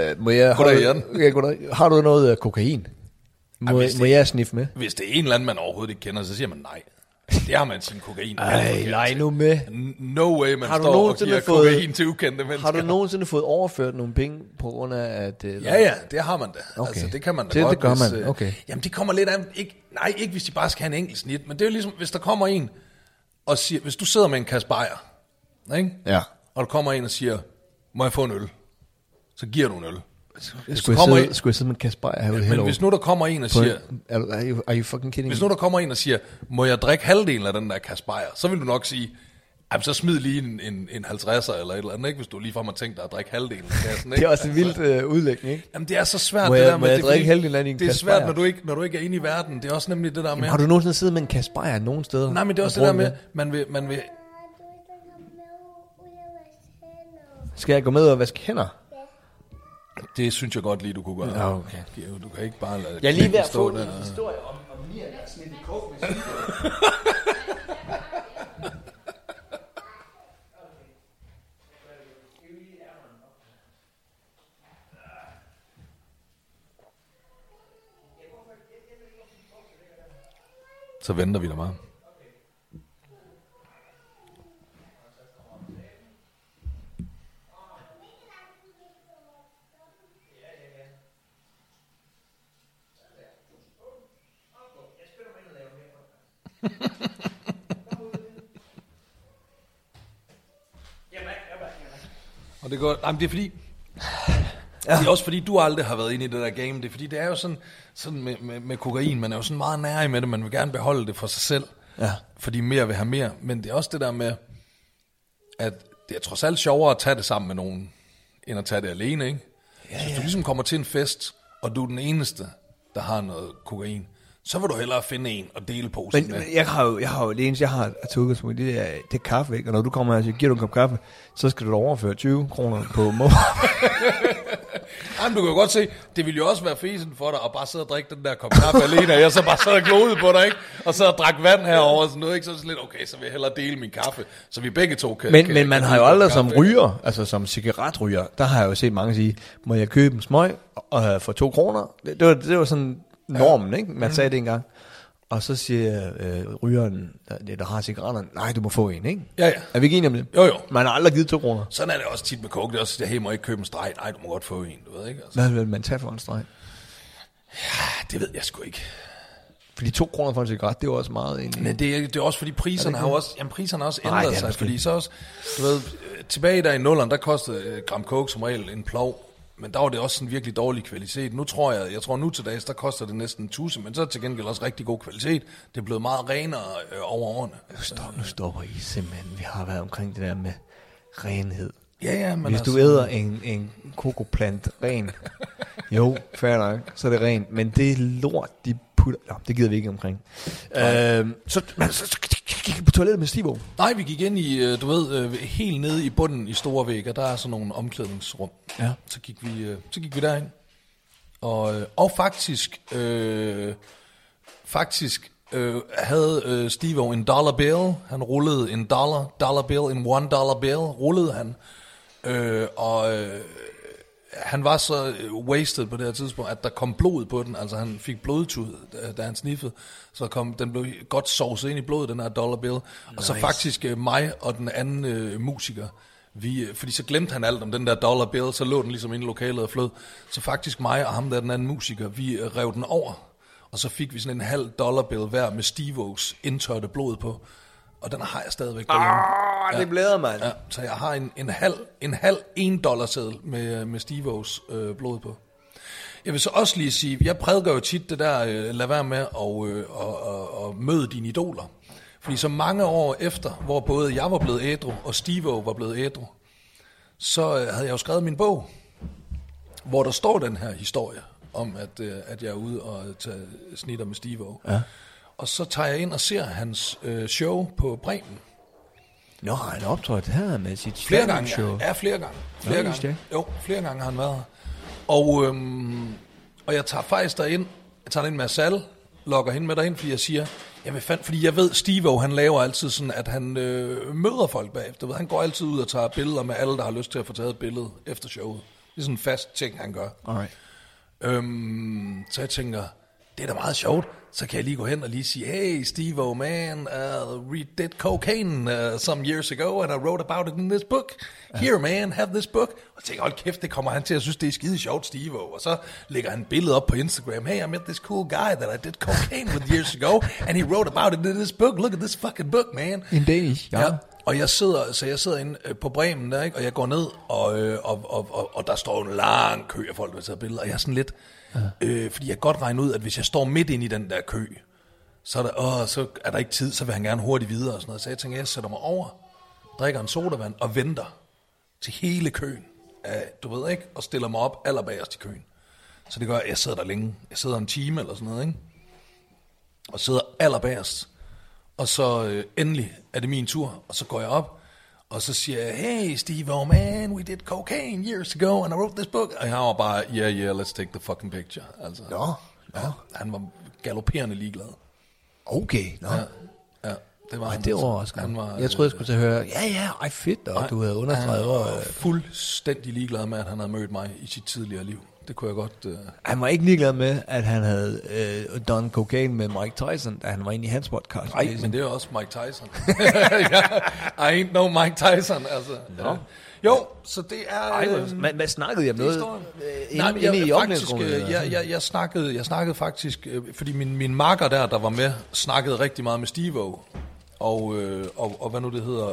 Har du noget kokain? Må jeg sniffe med? Hvis det er en eller anden, man overhovedet ikke kender, så siger man nej. Det har man sin kokain. Nej, nu med. No way, man står og giver kokain til ukendte mennesker. Har du nogensinde fået overført nogle penge på grund af, at... Ja, det har man da. Okay. Altså, det kan man da godt. Det gør man, okay. Jamen, det kommer lidt af... Ikke hvis de bare skal have en enkelt snit, men det er jo ligesom, hvis der kommer en og siger... Hvis du sidder med en kasse bajer, ikke? Ja. Og der kommer en og siger, må jeg få en øl? Så giver du en øl. Skulle jeg sidde med en kasse bajer herude? Men hvis nu der kommer en og siger... Are you fucking kidding me? Hvis nu der kommer en og siger, må jeg drikke halvdelen af den der kasse bajer? Så vil du nok sige, så smid lige en 50'er eller et eller andet, ikke? Hvis du lige får mig tænkt dig at drikke halvdelen af kassen. Ikke? Det er også en vildt udlægning, ikke? Jamen det er så svært må det jeg, der med... Må jeg drikke halvdelen af din kasse bajer? Det er svært, når du ikke er inde i verden. Det er også nemlig det der med... Jamen, har du nogensinde siddet med en kasse bajer nogen steder? Nej, men det er også det der med, man vil... Skal jeg gå med og vaske hænder? Det synes jeg godt lige, du kunne gøre. Ja, okay. Du kan ikke bare lade... Jeg er lige ved at få en historie om Mia, der er smidt i kog med Så venter vi der meget. Og det går, jamen det er fordi, det er også fordi du aldrig har været inde i det der game. Det er fordi det er jo sådan med kokain, man er jo sådan meget nær med det, man vil gerne beholde det for sig selv, fordi mere vil have mere. Men det er også det der med, at det er trods alt sjovere at tage det sammen med nogen, end at tage det alene, ikke? Så hvis du ligesom kommer til en fest, og du er den eneste, der har noget kokain, så vil du hellere finde en og dele posen med. Jeg har jo det eneste, jeg har at tage udgangspunkt, det er kaffe, ikke? Og når du kommer og siger, giver du en kop kaffe, så skal du overføre 20 kroner på mål. Jamen, du kan jo godt se, det ville jo også være fesen for dig at bare sidde og drikke den der kop kaffe alene, og jeg så bare sad og glodede på dig, ikke? Og så drak vand herover og sådan noget, ikke? Så er det lidt, okay, så vil jeg hellere dele min kaffe, så vi begge to kan... Men man har jo aldrig som ryger, altså som cigaretryger, der har jeg jo set mange sige, må jeg købe en smøg for 2 kroner? Det var sådan... normen, ikke? Man sagde det engang. Og så siger rygeren, der har cigaretterne, nej, du må få en, ikke? Ja. Er vi ikke enige om det? Jo. Man har aldrig givet 2 kroner. Sådan er det også tit med coke. Det er også, hey, må jeg ikke købe en streg? Nej, du må godt få en, du ved ikke? Altså. Hvad vil man tage for en streg? Ja, det ved jeg sgu ikke. Fordi 2 kroner for en cigaret, det er jo også meget egentlig. Men det er også fordi priserne har også ændret sig, fordi så også, du ved, tilbage der i 0'erne, der kostede gram coke som regel en plov, men der var det også en virkelig dårlig kvalitet. Nu tror jeg nu til dags, der koster det næsten 1000, men så er det til gengæld også rigtig god kvalitet. Det er blevet meget renere over årene. Nu stopper I simpelthen. Vi har været omkring det der med renhed. Ja, men hvis du æder en kokoplant ren, jo, fair nok, så er det rent. Men det er lort, de putter... Nå, det gider vi ikke omkring. Så gik på toilettet med Stivo? Nej, vi gik ind i, du ved, helt nede i bunden i store vægger. Der er sådan nogle omklædningsrum. Ja. Så gik vi derind. Og faktisk havde Steve en dollar bill. Han rullede en dollar bill, en $1 bill, rullede han. Han var så wasted på det her tidspunkt, at der kom blod på den. Altså han fik blodtud, da han sniffede. Så den blev godt sovset ind i blodet, den her dollar bill. Nice. Og så faktisk mig og den anden musiker, fordi så glemte han alt om den der dollar bill, så lå den ligesom inde i lokalet og flød. Så faktisk mig og ham der, den anden musiker, vi rev den over. Og så fik vi sådan en $1 bill hver med Steve-O's indtørte blod på. Og den har jeg stadigvæk derhjemme. Det blæder, mand. Ja, så jeg har en halv $1 med Steve-O's blod på. Jeg vil så også lige sige, jeg prædiker jo tit det der, lad være med at møde dine idoler. Fordi så mange år efter, hvor både jeg var blevet ædru, og Steve-O var blevet ædru, så havde jeg jo skrevet min bog, hvor der står den her historie om, at jeg er ude og tage snitter med Steve-O. Ja. Og så tager jeg ind og ser hans show på Bremen. Nå, han optrådt her med sit flere gange show. Ja, flere gange. Flere gange har han været her. Og jeg tager faktisk derind. Jeg tager ind med Sal, logger hende med derind, fordi jeg siger, fordi jeg ved, Steve-O, han laver altid sådan, at han møder folk bagefter. Han går altid ud og tager billeder med alle, der har lyst til at få taget et billede efter showet. Det er sådan en fast ting, han gør. Alright. Så jeg tænker, det er da meget sjovt. Så kan jeg lige gå hen og lige sige, hey Steve-O, man, we did cocaine some years ago, and I wrote about it in this book. Here, man, have this book. Og tænker, hold kæft, det kommer han til at synes, det er skide sjovt, Steve-O. Og så lægger han et billede op på Instagram. Hey, I met this cool guy that I did cocaine with years ago, and he wrote about it in this book. Look at this fucking book, man. In Danish, ja. Og jeg sidder inde på Bremen der, ikke? Og jeg går ned, og der står en lang kø af folk, der har taget billeder. Og jeg er sådan lidt, fordi jeg kan godt regne ud, at hvis jeg står midt inde i den der kø, så er der ikke tid, så vil han gerne hurtigt videre og sådan noget. Så jeg tænker, jeg sætter mig over, drikker en sodavand og venter til hele køen, du ved ikke, og stiller mig op allerbagerst i køen. Så det gør, at jeg sidder der længe. Jeg sidder en time eller sådan noget, ikke? Og sidder allerbagerst. Og så endelig er det min tur, og så går jeg op, og så siger jeg, hey Steve-O, man, we did cocaine years ago, and I wrote this book. Og jeg var bare, yeah, let's take the fucking picture. Altså, ja, han var galopperende ligeglad. Okay, nå. Ja, det var han. Det var også jeg troede, jeg skulle til at høre, ja, fedt, og du havde understreget. Han var fuldstændig ligeglad med, at han havde mødt mig i sit tidligere liv. Det kunne jeg godt... Han var ikke ligeglad med, at han havde done cocaine med Mike Tyson, da han var inde i hans podcast. Nej, men det er også Mike Tyson. I ain't no Mike Tyson, altså. No. Jo, så det er... Hvad snakkede jeg om noget? Jeg snakkede faktisk, fordi min makker der var med, snakkede rigtig meget med Steve-O. Og hvad nu det hedder...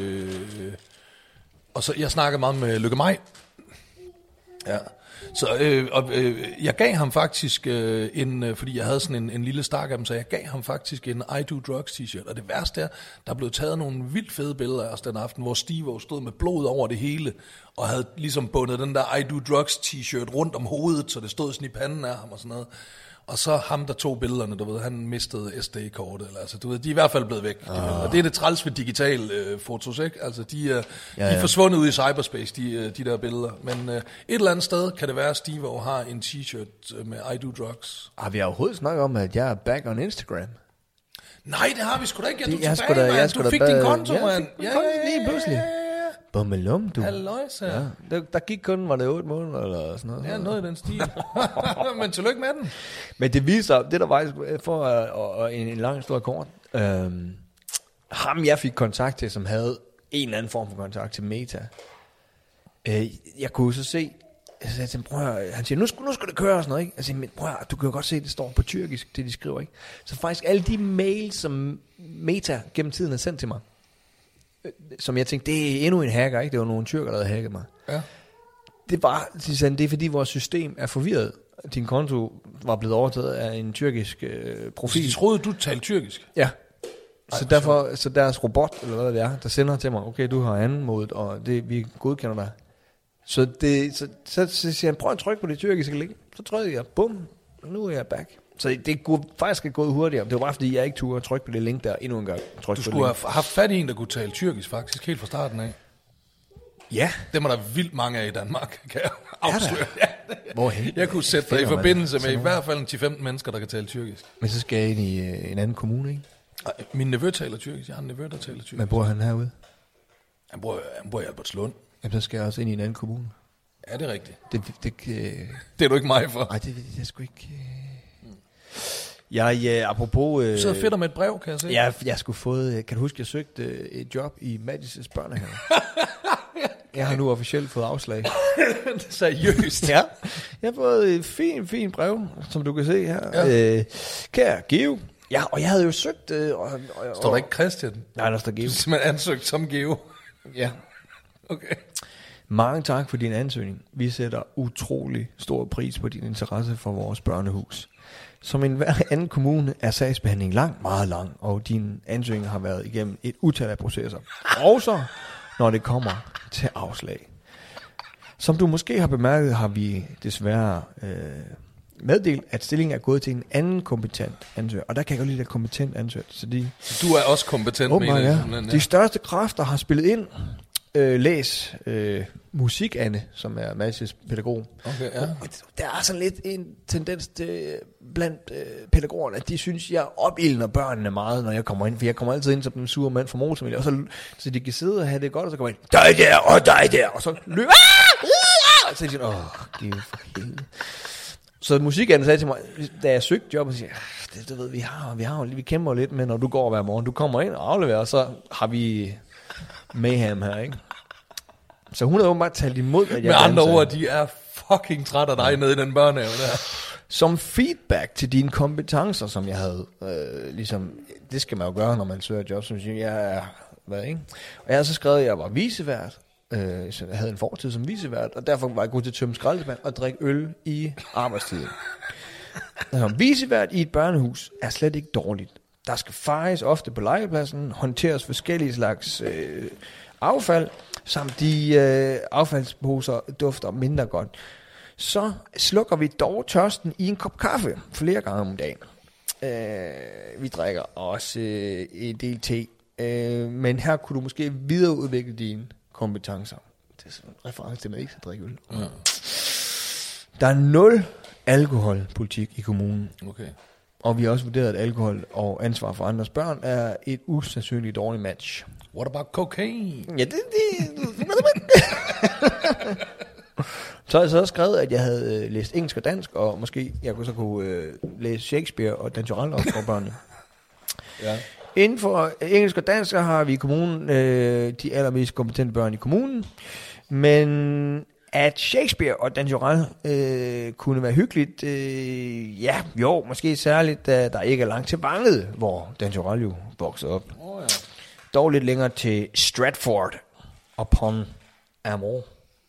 og så jeg snakkede meget med Lykke Maj. Ja. Så jeg gav ham faktisk fordi jeg havde sådan en lille stak af dem, så jeg gav ham faktisk en I Do Drugs t-shirt. Og det værste er, der blev taget nogle vildt fede billeder af os den aften, hvor Steve stod med blod over det hele, og havde ligesom bundet den der I Do Drugs t-shirt rundt om hovedet, så det stod sådan i panden af ham og sådan noget. Og så ham, der tog billederne, du ved, han mistede SD-kortet, eller altså, du ved, de er i hvert fald blevet væk. Og det er det træls ved digital fotos, ikke? Altså, de er forsvundet ud i cyberspace, de der billeder. Men et eller andet sted kan det være, at Steve har en t-shirt med I Do Drugs. Har vi overhovedet snakket om, at jeg er back on Instagram? Nej, det har vi sgu da ikke. Du fik din konto, mand. Ja, lige pludselig. Bummelum, du. Halløjsa. Ja. Der gik kun, var det 8 måneder, eller sådan noget. Ja, noget i den stil. Men tillykke med den. Men det viser, det der faktisk, for en lang stor kort, ham jeg fik kontakt til, som havde en eller anden form for kontakt til Meta, jeg kunne så se, jeg tænkte, han siger, nu skal det køre og sådan noget, ikke? Jeg siger, men du kan jo godt se, det står på tyrkisk, det de skriver, ikke? Så faktisk alle de mails, som Meta gennem tiden har sendt til mig, som jeg tænkte, det er endnu en hacker, ikke? Det var nogle tyrker, der havde hacket mig. Ja. Det er fordi vores system er forvirret. Din konto var blevet overtaget af en tyrkisk profil. Så de troede, du talte tyrkisk? Ja. Så deres robot, eller hvad det er, der sender til mig, okay, du har anmodet, og vi godkender dig. Så siger han, prøv at trykke på det tyrkiske link. Så trykkede jeg, bum, nu er jeg back. Så det kunne faktisk have gået hurtigere. Det var bare fordi, jeg ikke turde trykke på det link der endnu en gang. Du skulle have haft fat i en, der kunne tale tyrkisk faktisk, helt fra starten af. Ja. Dem er der vildt mange af i Danmark, kan jeg afsløre. Hvorhen? Jeg kunne sætte dig i forbindelse med i hvert fald 10-15 mennesker, der kan tale tyrkisk. Men så skal jeg ind i en anden kommune, ikke? Min nevø taler tyrkisk. Jeg har en nevø, der taler tyrkisk. Men bor han herude? Han bor i Albertslund. Jamen, så skal jeg også ind i en anden kommune. Ja, det er rigtigt. Det er du ikke mig for. Nej, det ved jeg sgu ikke. Apropos... Du sidder fedt med et brev, kan jeg se. Ja, jeg skulle fået... Kan du huske, jeg søgte et job i Mattis' børnehave? Jeg har nu officielt fået afslag. Seriøst? Ja. Jeg har fået et fint brev, som du kan se her. Ja. Kære Geo. Ja, og jeg havde jo søgt... Står der ikke Christian? Nej, der står Geo. Du simpelthen ansøgt som Geo. Ja. Okay. Mange tak for din ansøgning. Vi sætter utrolig stor pris på din interesse for vores børnehus. Som en hver anden kommune er sagsbehandlingen meget lang, og din ansøgning har været igennem et utal af processer. Også når det kommer til afslag. Som du måske har bemærket, har vi desværre meddelt, at stillingen er gået til en anden kompetent ansøger. Og der kan jeg godt lide, at kompetent ansøger. Så du er også kompetent, mener jeg. Ja. De største kræfter har spillet ind. Læs musik, Anne, som er Mattis pædagog. Okay, ja. Der er sådan lidt en tendens blandt pædagogerne, at de synes, jeg opildner børnene meget, når jeg kommer ind. For jeg kommer altid ind som den sure mand fra motormiddel. Og så de kan sidde og have det godt, og så kommer jeg ind, dig der, og så løber. Og så siger de, Gud for helvede. Så musikerne sagde til mig, da jeg søgte job, og siger, det ved vi kæmper lidt med, når du går hver morgen. Du kommer ind og afleverer, og så har vi mayhem her, ikke? Så hun havde åbenbart talt imod, at jeg... Med andre ord, de er fucking træt af dig nede i den børnehave der. Som feedback til dine kompetencer, som jeg havde, ligesom, det skal man jo gøre, når man søger job, som jeg er, ikke? Og jeg havde så skrevet, at jeg var vicevært, så jeg havde en fortid som vicevært, og derfor var jeg god til at tømme skraldespand og drikke øl i arbejdstiden. Vicevært i et børnehus er slet ikke dårligt. Der skal fejes ofte på legepladsen, håndteres forskellige slags affald, samt de affaldsposer dufter mindre godt. Så slukker vi dog tørsten i en kop kaffe flere gange om dagen. Vi drikker også en del te, men her kunne du måske videreudvikle dine kompetencer. Det er sådan en reference til, at man ikke skal drikke øl. Ja. Der er 0 alkoholpolitik i kommunen. Okay. Og vi har også vurderet, at alkohol og ansvar for andres børn er et usandsynligt dårligt match. What about cocaine? Ja, Så har jeg så skrevet, at jeg havde læst engelsk og dansk, og måske jeg kunne læse Shakespeare og Dan Turèll op for børnene. Ja. Inden for engelsk og dansk, så har vi i kommunen de allermest kompetente børn i kommunen. Men at Shakespeare og Dan Turèll kunne være hyggeligt, ja, jo, måske særligt, da der ikke er langt til Vanget, hvor Dan Turèll jo voksede op. Ja. Dog lidt længere til Stratford upon Avon.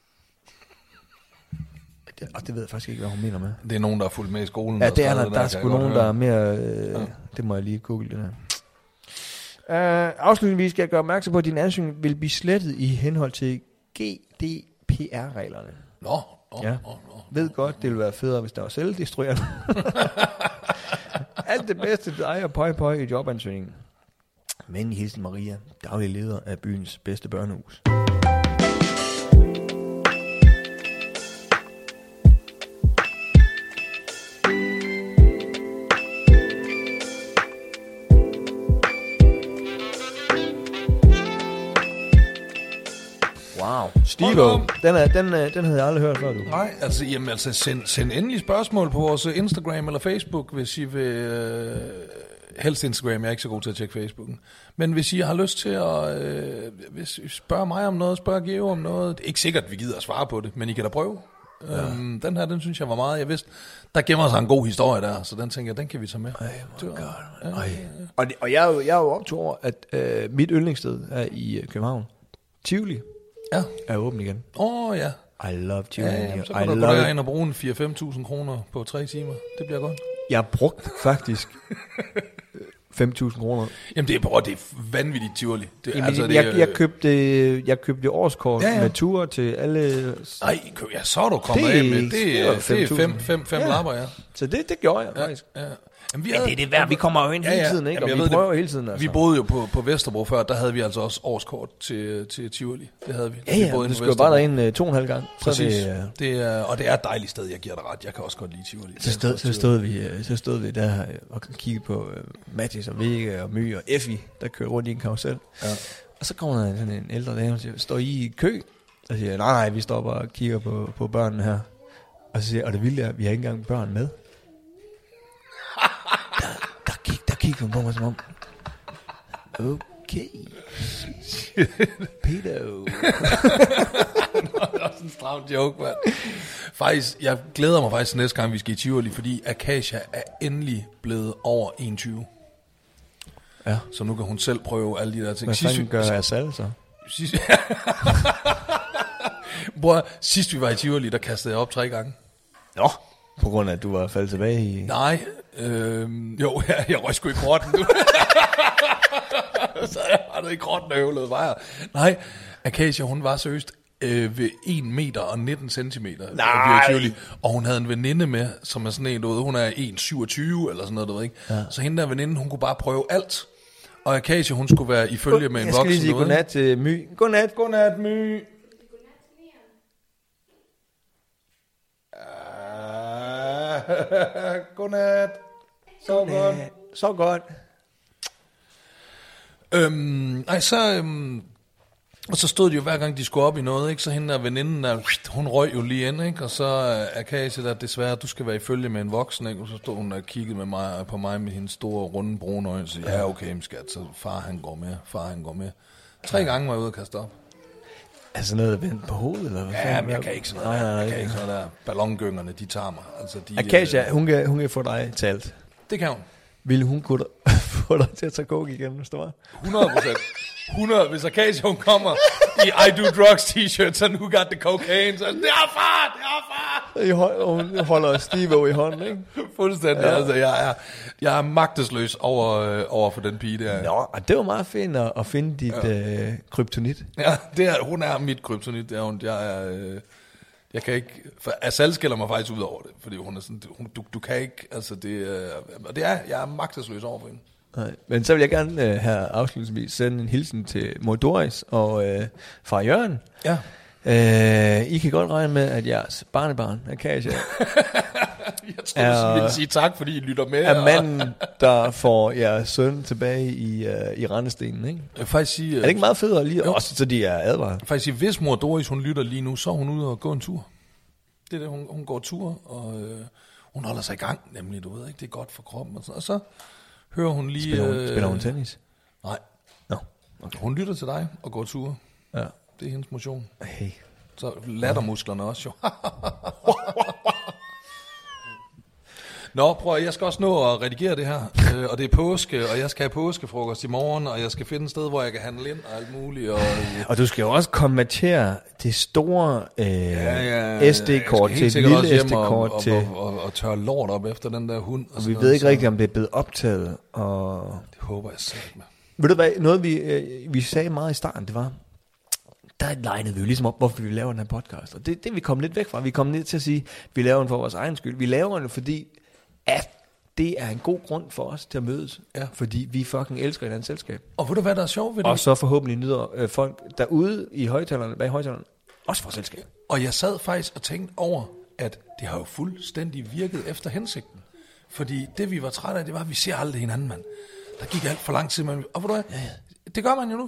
Og det ved jeg faktisk ikke, hvad hun mener med. Det er nogen, der er fuldt med i skolen. Ja, det er der er sgu nogen, der er mere... Det må jeg lige google, det der. Afslutningsvis skal jeg gøre opmærksom på, at din ansøgning vil blive slettet i henhold til GDPR-reglerne. Nå. Ved godt, det ville være federe, hvis der var selvdestruerende. Alt det bedste til dig og pøj i jobansøgningen. Men hilsen Maria, daglig leder af byens bedste børnehus. Steve-O. Den havde jeg aldrig hørt før, du. Nej, altså, send endelig spørgsmål på vores Instagram eller Facebook, hvis I vil... helst Instagram, jeg er ikke så god til at tjekke Facebooken. Men hvis I har lyst til at spørge mig om noget, spørge Geo om noget, det er ikke sikkert, at vi gider at svare på det, men I kan da prøve. Ja. Den her, den synes jeg var meget, jeg vidste, der gemmer sig en god historie der, så den tænker jeg, den kan vi tage med. Og jeg er jo optaget over, at mit yndlingssted er i København. Tivoli er åben igen. Ja. I love Tivoli. Ja, så kan du gå derind og bruge en 4-5.000 kroner på 3 timer. Det bliver godt. Jeg brugte faktisk 5.000 kroner. Jamen det er vanvittigt Tivoli. Jeg købte årskort med ture til alle. Nej, så er du kommet af med. Det er 5 lapper, ja. Så det gjorde jeg faktisk. Ja. Jamen, det er værd. Vi kommer jo ind hele tiden, ikke? Jamen, og vi prøver hele tiden. Altså. Vi boede jo på Vesterbro før, der havde vi altså også årskort til Tivoli. Det havde vi. Ja, det skulle bare derind 2,5 gange. Præcis. Det er et dejligt sted, jeg giver dig ret. Jeg kan også godt lide Tivoli. Så stod vi der og kiggede på Mattis og Vega og My og Effie, der kører rundt i en karusel. Ja. Og så kommer der sådan en ældre dame og siger, står I i kø? Og siger, nej, vi står bare og kigger på børnene her. Og så siger og det vilde er, vi har ikke engang børn med. Der kigger hun på mig som om, okay, pedo. Det er også en stram joke, mand. Faktisk, jeg glæder mig faktisk næste gang, vi skal i Tivoli, fordi Akasia er endelig blevet over 21. Ja. Så nu kan hun selv prøve alle de der ting. Hvad fanden gør jeg selv så? Sidst vi var i Tivoli, der kastede jeg op 3 gange. Nå, på grund af, at du var faldet tilbage i... Nej, jeg røg sgu i krotten, du. Så jeg var der i krotten og øvlede vejer. Nej, Akasia, hun var seriøst ved 1 meter og 19 centimeter. Nej. Og hun havde en veninde med, som er sådan en, hun er 1,27 eller sådan noget, du ved ikke. Ja. Så hende der veninde, hun kunne bare prøve alt. Og Akasia, hun skulle være i følge med en voksen. Jeg skal lige sige godnat til My. Godnat, My. Godnat. Så godt. Og så stod de jo hver gang de skulle op i noget, ikke? Så hende der veninden der, hun røg jo lige ind, ikke? Og så Akasia der, desværre, du skal være i følge med en voksen, ikke? Og så stod hun og kiggede på mig med hendes store runde brune øjne, så ja, okay, skat, så far han går med. 3 gange var jeg ude og kaste op. Altså noget at vende på hovedet, eller hvad? Ja, men jeg kan ikke sådan noget. Nej. Jeg kan ikke sådan noget der. Ballongyngerne, de tager mig. Altså, Akasia, hun kan få dig til alt. Det kan hun. Ville hun kunne få dig til at tage coke igen, hvis det var? 100%. Hvis Akasia, hun kommer i I Do Drugs t-shirts, and who got the cocaine, så det er far! Hun holder Steve-O i hånden, ikke? Fuldstændig. Ja. Altså, jeg er magtesløs over for den pige der. Nå, og det var meget fint at finde dit kryptonit. Ja, hun er mit kryptonit. Det er hun. Jeg kan ikke... For Asal skælder mig faktisk ud over det, fordi hun er sådan... Du kan ikke... Altså, jeg er magtesløs over for hende. Nej, men så vil jeg gerne her afslutningsvis sende en hilsen til mor Doris og far Jørgen. Ja. I kan godt regne med, at jeres barnebarn, Akasia, jeg tror, du vil sige tak, fordi I lytter med. Er manden, der får jeres søn tilbage i rendestenen, ikke? Jeg faktisk sige, er det ikke meget federe lige, også så de er advaret? Faktisk sige, hvis mor Doris, hun lytter lige nu, så er hun ude og gå en tur. Det er det, hun går tur, og hun holder sig i gang, nemlig, du ved ikke, det er godt for kroppen og sådan. Og så hører hun lige... Spiller hun tennis? Nej. Nå. Okay. Hun lytter til dig og går tur. Ja. Det er hendes motion. Hey. Så lattermusklerne også jo. Nå, prøv at, jeg skal også nå at redigere det her. Og det er påske, og jeg skal have påskefrokost i morgen, og jeg skal finde et sted, hvor jeg kan handle ind og alt muligt. Og du skal jo også konvertere det store SD-kort til et lille SD-kort til... Og tørre lort op efter den der hund. Og vi ved ikke rigtigt, om det er blevet optaget. Og... Det håber jeg selv med. Ved du hvad, noget vi sagde meget i starten, det var... Der legnede vi jo ligesom op, hvorfor vi laver den her podcast. Og det vi kom lidt væk fra. Vi kom ned til at sige, vi laver den for vores egen skyld. Vi laver den, fordi at det er en god grund for os til at mødes. Ja. Fordi vi fucking elsker et andet selskab. Og ved du hvad, der er sjovt ved det? Og så forhåbentlig nyder folk derude i højtalerne, bag højtalerne, også for selskab. Og jeg sad faktisk og tænkte over, at det har jo fuldstændig virket efter hensigten. Fordi det vi var trætte af, det var, at vi ser aldrig hinanden, mand. Der gik alt for lang tid, og ved du hvad? Ja. Det gør man jo nu.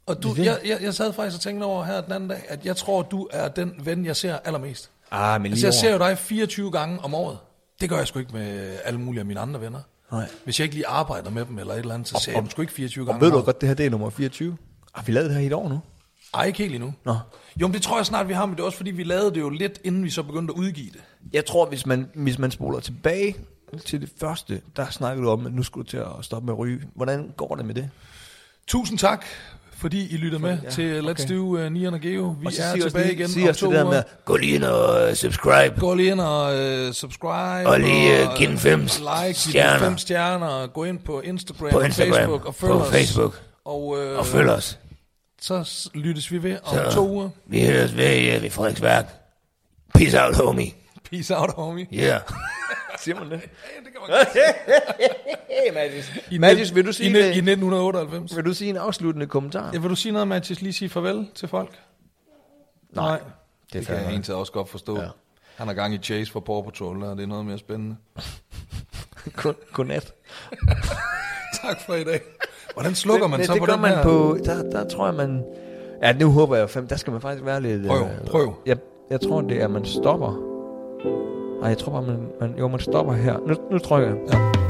Og jeg sad faktisk og tænkte over her den anden dag, at jeg tror, du er den ven, jeg ser allermest. Men altså, jeg ser jo dig 24 gange om året. Det gør jeg sgu ikke med alle mulige af mine andre venner. Nej. Hvis jeg ikke lige arbejder med dem eller et eller andet, så ser jeg dem sgu ikke 24 gange. Og ved du godt, det her det er nummer 24? Vi lavede det her i et år nu? Ej, ikke helt endnu. Nå. Jo, men det tror jeg snart, vi har, men det er også fordi, vi lavede det jo lidt, inden vi så begyndte at udgive det. Jeg tror, hvis man spoler tilbage til det første, der snakkede du om, at nu skulle du til at stoppe med at ryge. Hvordan går det med det? Tusind tak, fordi I lytter med til Let's Do Nian og Geo. Vi er tilbage igen om 2 uger. Med, gå lige ind og subscribe. Gå lige ind og subscribe. Og lige giv den 5 stjerner. 5 stjerner. Gå ind på Instagram, og Facebook og følg os. Facebook. Og følg os. Så lyttes vi ved om 2 uger. Vi høres ved i Frederiksværk. Peace out, homie. Peace out, homie. Yeah. Siger man det? Ja, det kan man godt sige. Mathis, vil du sige i 1998. Vil du sige en afsluttende kommentar? Ja, vil du sige noget, Mathis? Lige sige farvel til folk? Nej. Det kan jeg egentlig også godt forstå. Ja. Han har gang i Chase for Paw Patrol, og det er noget mere spændende. Godnat. Tak for i dag. Hvordan slukker man så det på gør den man her? På, der tror jeg, man... Ja, nu håber jeg, der skal man faktisk være lidt... Prøv. Jeg tror, det er, at man stopper. Nej, jeg tror bare, man stopper her. Nu trykker jeg. Ja.